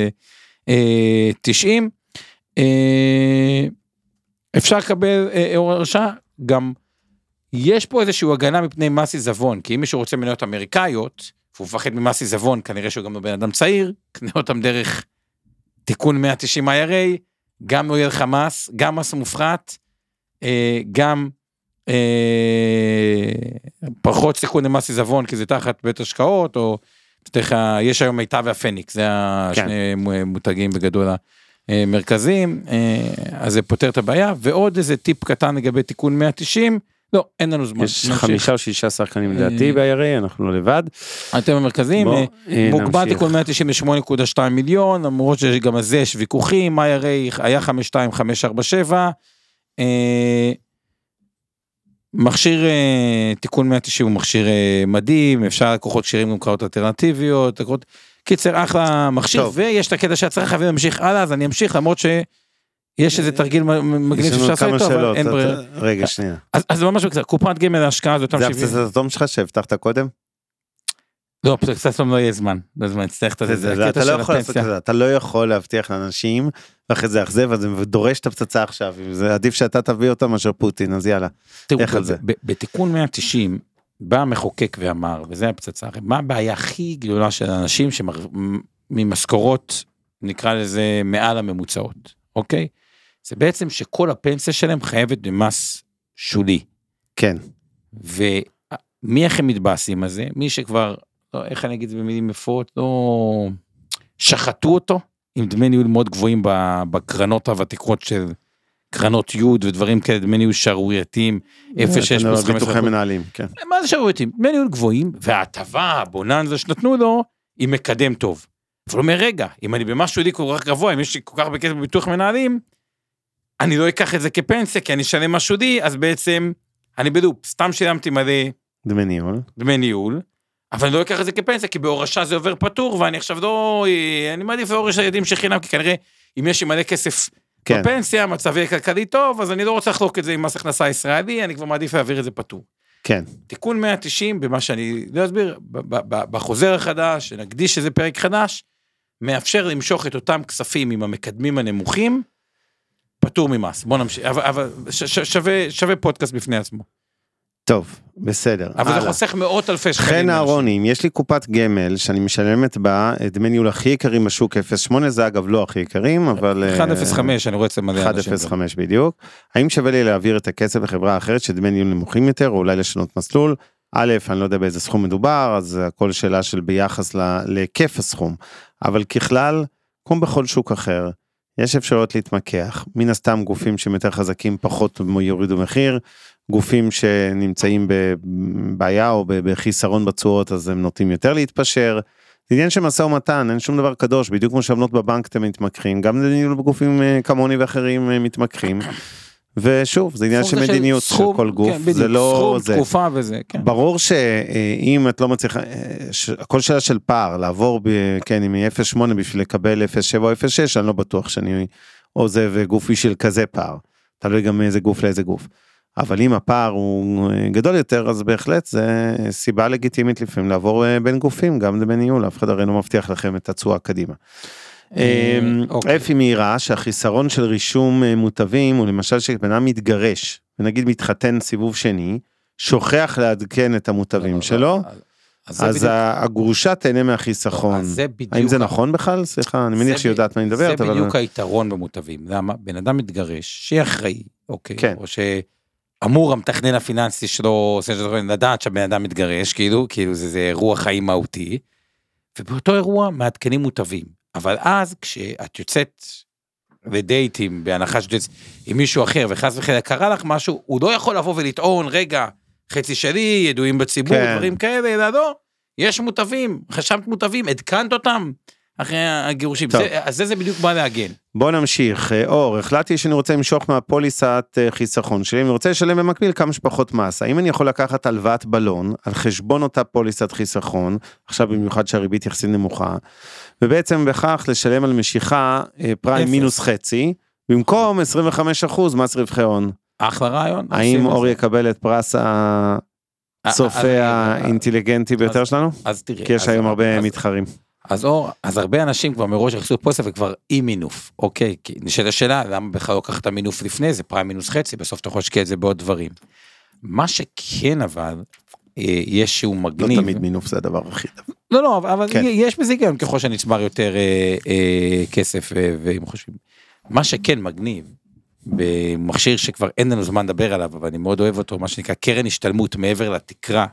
90, אפשר לקבל הורשה, גם יש פה איזושהי הגנה מפני מס עיזבון, כי אם מישהו רוצה מניות אמריקאיות, והוא מפחד ממס עיזבון, כנראה שהוא גם לא בן אדם צעיר, קנה אותם דרך תיקון 190 IRA, גם לא יהיה לך מס, גם מס מופחת, גם פחות סיכון למס עיזבון, כי זה תחת בית השקעות, או יש היום מיטב והפניקס, זה השני מותגים בגדול המרכזיים, אז זה פותר את הבעיה, ועוד איזה טיפ קטן לגבי תיקון 190, לא, אין לנו זמן. יש 5 או 6 שחקנים לדעתי ב-IRA, אנחנו לא לבד. אתם המרכזיים, מוגבל תיקון 198.2 מיליון, למרות שגם על זה יש ויכוחים, IRA היה 52547, מכשיר תיקון 190 הוא מכשיר מדהים, אפשר לקוחות כשירים גם קראות אלטרנטיביות, קיצר אחלה מכשיר, ויש את הקטע שהצריך חייבים להמשיך הלאה, אז אני אמשיך למרות ש... יש איזה תרגיל מגניב שאפשר לעשות איתו, אבל אין ברירה. רגע, שנייה. אז זה ממש בקצר, קופת גמל להשקעה, זה אותם 70. זה הפצצת אטום שלך שהבטחת קודם? לא, פצצת אטום לא יהיה זמן, לא זמן, תצטרך את זה, הקטע של הפנסיה. אתה לא יכול להבטיח לאנשים, ואחרי זה אכזב, אז זה דורש את הפצצה עכשיו, זה עדיף שאתה תביא אותה מאשר פוטין, אז יאללה, איך על זה? בתיקון 190, בא המחוקק ואמר, וזה הפצצה, מה הבעיה הכי גדולה של אנשים שממשכורות, נקרא לזה מעל הממוצעות, אוקיי? זה בעצם שכל הפנסיה שלהם חייבת במס שולי. כן. ומי איך הם מתבאסים על זה? מי שכבר, לא, איך אני אגיד את זה במילים יפות, לא שחטו אותו, עם דמי ניהול מאוד גבוהים בקרנות הוותיקות של קרנות יוד ודברים כאלה, דמי ניהול שערורייתיים, 0.6 פלוס 15%. ביטוחי מנהלים, כן. מה זה שערורייתיים? דמי ניהול גבוהים, וההטבה, הבוננזה שנתנו לו, היא מקדם טוב. אבל אומר, רגע, אם אני במשהו לי כל כך גבוה, אם יש לי כל כך הרבה כסף בביטוח מנהלים, אני לא אקח את זה כפנסיה, כי אני אשלם משהו די, אז בעצם, אני בדוק, סתם שילמתי מלא דמי ניהול, אבל אני לא אקח את זה כפנסיה, כי בהורשה זה עובר פטור, ואני עכשיו לא, אני מעדיף להורש הילדים שחינם, כי כנראה, אם יש לי מלא כסף בפנסיה, מצבי יהיה כלכלי טוב, אז אני לא רוצה לחלוק את זה עם מס הכנסה ישראלי, אני כבר מעדיף להעביר את זה פטור. כן. תיקון 190, במה שאני לא אסביר, בחוזר החדש, שנקדיש איזה פרק חדש, מאפשר למשוך את אותם כספים עם המקדמים הנמוכים, פטור ממס. בוא נמשיך, אבל שווה פודקאסט בפני עצמו. טוב, בסדר. אבל זה חוסך מאות אלפי שקלים. חן אהרוני, אם יש לי קופת גמל שאני משלמת בה דמי ניהול הכי יקרים בשוק, 0.8 זה אגב לא הכי יקרים, אבל 1.05 אני רואה את זה מלא אנשים. 1.05 בדיוק. האם שווה לי להעביר את הכסף לחברה אחרת שדמי ניהול נמוכים יותר, או אולי לשנות מסלול? א', אני לא יודע באיזה סכום מדובר, אז הכל שאלה של ביחס להיקף הסכום. אבל ככלל, כמו בכל שוק אחר, יש אפשרות להתמקח. מן הסתם גופים שהם יותר חזקים פחות יורידו מחיר, גופים שנמצאים בבעיה או בחיסרון בצורות, אז הם נוטים יותר להתפשר. זה עניין של משא ומתן, אין שום דבר קדוש, בדיוק כמו שעמלות בבנק אתם מתמקחים, גם ניהול בגופים כמוני ואחרים מתמקחים. ושוב, זה עניין של מדיניות של כל גוף, זה לא זה. תקופה וזה, כן. ברור שאם את לא מצליחה, הכל שאלה של פער, לעבור עם 0.8 בשביל לקבל 0.7 או 0.6, אני לא בטוח שאני עוזב גופי של כזה פער. תלוי גם מאיזה גוף לאיזה גוף. אבל אם הפער הוא גדול יותר, אז בהחלט זה סיבה לגיטימית לפעמים לעבור בין גופים, גם בין ניהול, אף אחד הרי לא מבטיח לכם את התשואה קדימה. אפי מהירה שהחיסרון של רישום מוטבים הוא למשל שבנם מתגרש ונגיד מתחתן סיבוב שני שוכח לעדכן את המוטבים שלו אז הגרושה תהנה מהחיסכון. האם זה נכון בכלל? סליחה, אני מניח שיודעת מה אני מדברת. זה בדיוק היתרון במוטבים. למה? בן אדם מתגרש שיהיה אחראי, אוקיי, או שאמור המתכנן הפיננסי שלו לדעת שהבן אדם מתגרש, כאילו זה אירוע חיים מהותי, ובאותו אירוע מעדכנים מוטבים. אבל אז כשאת יוצאת לדייטים, בהנחה שאת יוצאת עם מישהו אחר, וחס וחלילה קרה לך משהו, הוא לא יכול לבוא ולטעון, רגע, חצי שלי, ידועים בציבור, דברים כאלה, אלא לא, יש מוטבים, חשבת מוטבים, עדכנת אותם, אחרי הגירושים, אז זה בדיוק בא להגן. בוא נמשיך, אור, החלטתי שאני רוצה למשוך מהפוליסת חיסכון שלי, אני רוצה לשלם במקביל כמה שפחות מס, האם אני יכול לקחת הלוואת בלון, על חשבון אותה פוליסת חיסכון, עכשיו במיוחד שהריבית יחסית נמוכה, ובעצם בכך לשלם על משיכה פריים מינוס חצי, במקום 25% מס רווחי הון. אחלה רעיון. האם אור יקבל את פרס הצופה האינטליגנטי ביותר שלנו? אז תראה. כי יש היום הרבה מתחרים. אז הרבה אנשים כבר מראש יחסו פוסף וכבר אי מינוף, אוקיי, כי נשאלת השאלה, למה בכלל לא קח את המינוף לפני, זה פריים מינוס חצי, בסוף אתה יכול להשקיע את זה בעוד דברים. מה שכן אבל, יש שהוא מגניב. לא תמיד מינוף זה הדבר הכי טוב. לא, אבל יש בזה גם ככל שנצבר יותר כסף, ואם חושבים. מה שכן מגניב, במכשיר שכבר אין לנו זמן לדבר עליו, אבל אני מאוד אוהב אותו, מה שנקרא קרן השתלמות מעבר לתקרה,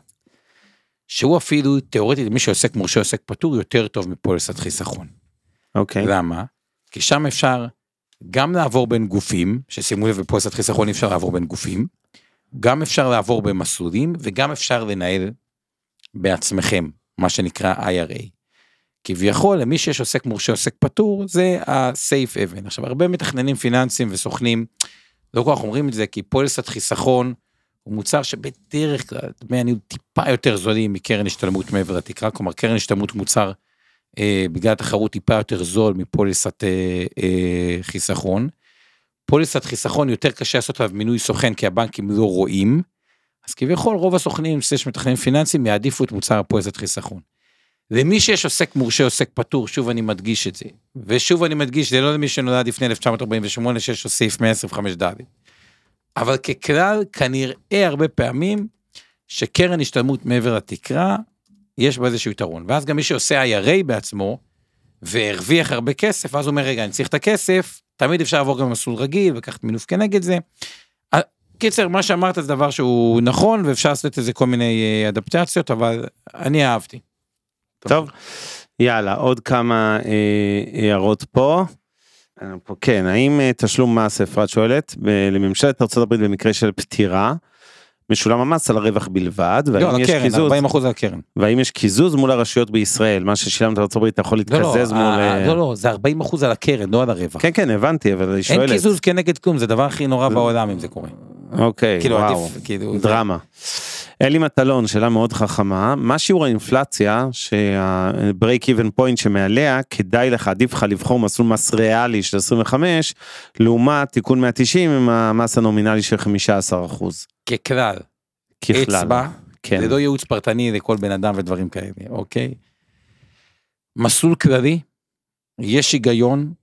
שהוא אפילו תיאורטית, מי שעוסק מורשה עוסק פטור, יותר טוב מפוליסת חיסכון. אוקיי. למה? כי שם אפשר גם לעבור בין גופים, ששימו לב בפוליסת חיסכון אפשר לעבור בין גופים, גם אפשר לעבור במסלולים, וגם אפשר לנהל בעצמכם, מה שנקרא IRA. כביכול, למי שיש עוסק מורשה עוסק פטור, זה ה-safe haven. עכשיו, הרבה מתכננים פיננסיים וסוכנים, לא כל כך אומרים את זה, כי פוליסת חיסכון, הוא מוצר שבדרך כלל, דמי הניהול טיפה יותר זולים מקרן השתלמות מעבר לתקרה, כלומר קרן השתלמות מוצר בגלל התחרות טיפה יותר זול מפוליסת חיסכון. פוליסת חיסכון יותר קשה לעשות עליו מינוי סוכן, כי הבנקים לא רואים, אז כביכול רוב הסוכנים שמתכננים פיננסיים יעדיפו את מוצר פוליסת חיסכון. למי שיש עוסק מורשה עוסק פטור, שוב אני מדגיש את זה, ושוב אני מדגיש, זה לא למי שנולד לפני 1948 שיש לו סעיף 125 ד'. אבל ככלל, כנראה הרבה פעמים, שקרן השתלמות מעבר לתקרה, יש בה איזשהו יתרון. ואז גם מי שעושה IRA בעצמו, והרוויח הרבה כסף, אז הוא אומר, רגע, אני צריך את הכסף, תמיד אפשר לעבור גם מסלול רגיל, וכך מינוף כנגד זה. קיצר, מה שאמרת זה דבר שהוא נכון, ואפשר לעשות את זה כל מיני אדפטציות, אבל אני אהבתי. טוב, יאללה, עוד כמה הערות פה. כן, האם תשלום מס, אפרת שואלת, לממשלת ארצות הברית במקרה של פטירה, משולם המס על הרווח בלבד, לא, על הקרן, 40% על הקרן. והאם יש קיזוז מול הרשויות בישראל, מה ששילמת בארצות הברית, אתה יכול להתקזז מול... לא, זה 40% על הקרן, לא על הרווח. כן, הבנתי, אבל אני שואלת. אין קיזוז כנגד כלום, זה הדבר הכי נורא בעולם אם זה קורה. אוקיי, וואו, דרמה. אלי מטלון, שאלה מאוד חכמה, מה שיעור האינפלציה, שה-break even point שמעליה, כדאי לך, עדיף לך לבחור מסלול מס ריאלי של 25, לעומת תיקון 190 עם המס הנומינלי של 15%. ככלל. אצבע, זה לא ייעוץ פרטני לכל בן אדם ודברים כאלה, אוקיי? מסלול כללי, יש היגיון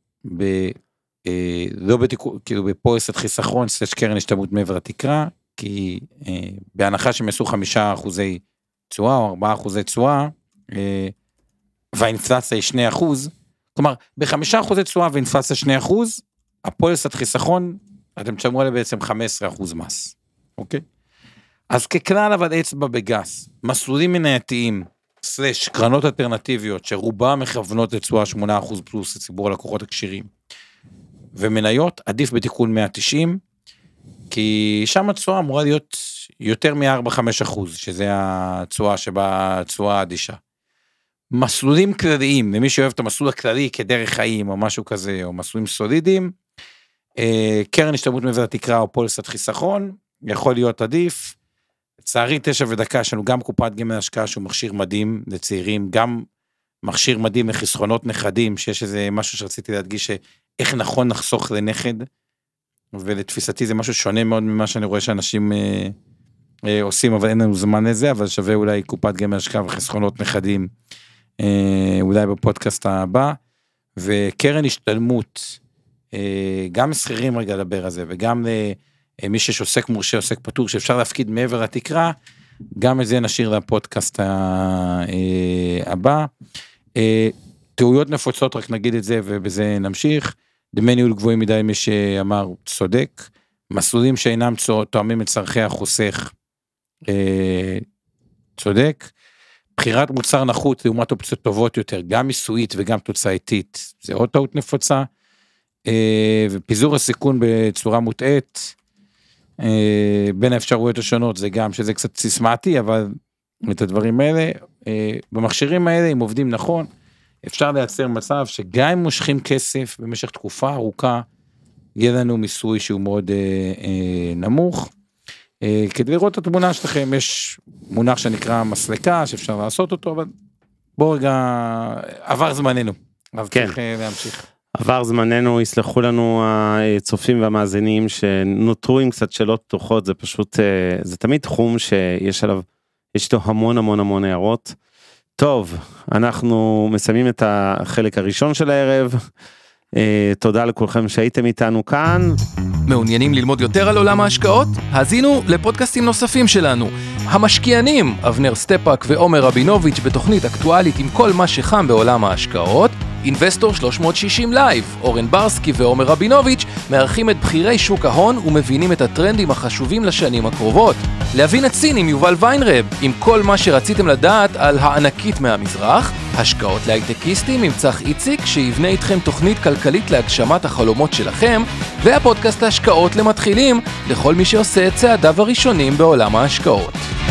לא בתיקון, כאילו בפוליסת חיסכון, סלש קרן השתלמות מעבר לתקרה, כי בהנחה שהם יעשו 5% תשואה או 4% תשואה, והאינפלציה היא 2%, כלומר, ב5% תשואה ואינפלציה 2%, הפוליסת חיסכון, אתם תשמעו עליה בעצם 15% מס, אוקיי? אז ככלל אבל אצבע בגס, מסלולים מנייתיים, סלש קרנות אלטרנטיביות, שרובה מכוונות לתשואה 8% פלוס לציבור הלקוחות הקשירים, ומניות, עדיף בתיקון 190, כי שם התשואה אמורה להיות יותר מ-4-5%, שזה התשואה שבה התשואה אדישה. מסלולים כלליים, למי שאוהב את המסלול הכללי כדרך חיים, או משהו כזה, או מסלולים סולידיים, קרן השתלמות מעבר לתקרה, או פוליסת חיסכון, יכול להיות עדיף. לצערי 9 ודקה, יש לנו גם קופת גמל השקעה, שהוא מכשיר מדהים לצעירים, גם מכשיר מדהים לחסכונות נכדים, שיש איזה משהו שרציתי להדגיש, שאיך נכון לחסוך לנכד, ולתפיסתי זה משהו שונה מאוד ממה שאני רואה שאנשים עושים, אבל אין לנו זמן לזה, אבל שווה אולי קופת גמל השקעה וחסכונות נכדים, אולי בפודקאסט הבא, וקרן השתלמות, גם מסחרים רגע לדבר על זה, וגם מי שעוסק מורשה, עוסק פטור, שאפשר להפקיד מעבר לתקרה, גם את זה נשאיר לפודקאסט הבא. טעויות נפוצות, רק נגיד את זה, ובזה נמשיך. דמי ניהול גבוהים מדי, מי שאמר צודק, מסלולים שאינם תואמים את צרכי החוסך, צודק, בחירת מוצר נחות לעומת אופציות טובות יותר, גם מיסויית וגם תוצאתית, זה עוד טעות נפוצה, ופיזור הסיכון בצורה מוטעת, בין האפשרויות השונות, זה גם שזה קצת סיסמאתי, אבל את הדברים האלה, במכשירים האלה, אם עובדים נכון, אפשר לייצר מצב שגם אם מושכים כסף במשך תקופה ארוכה, יהיה לנו מיסוי שהוא מאוד נמוך. כדי לראות את התמונה שלכם, יש מונח שנקרא מסלקה, שאפשר לעשות אותו, אבל בואו רגע, עבר זמננו. אז כן. צריך להמשיך. עבר זמננו, יסלחו לנו הצופים והמאזינים, שנותרו עם קצת שאלות פתוחות, זה פשוט, זה תמיד תחום שיש עליו, יש לו המון הערות. טוב, אנחנו מסיימים את החלק הראשון של הערב, תודה לכולכם שהייתם איתנו כאן. מעוניינים ללמוד יותר על עולם ההשקעות? האזינו לפודקאסטים נוספים שלנו. המשקיענים, אבנר סטפאק ועומר רבינוביץ' בתוכנית אקטואלית עם כל מה שחם בעולם ההשקעות. אינבסטור 360 לייב, אורן ברסקי ועומר רבינוביץ' מארחים את בחירי שוק ההון ומבינים את הטרנדים החשובים לשנים הקרובות. להבין את סין עם יובל ויינרב, עם כל מה שרציתם לדעת על הענקית מהמזרח. השקעות להייטקיסטים עם צח איציק, שיבנה איתכם תוכנית כלכלית להגשמת החלומות שלכם, והפודקאסט ההשקעות למתחילים, לכל מי שעושה את צעדיו הראשונים בעולם ההשקעות.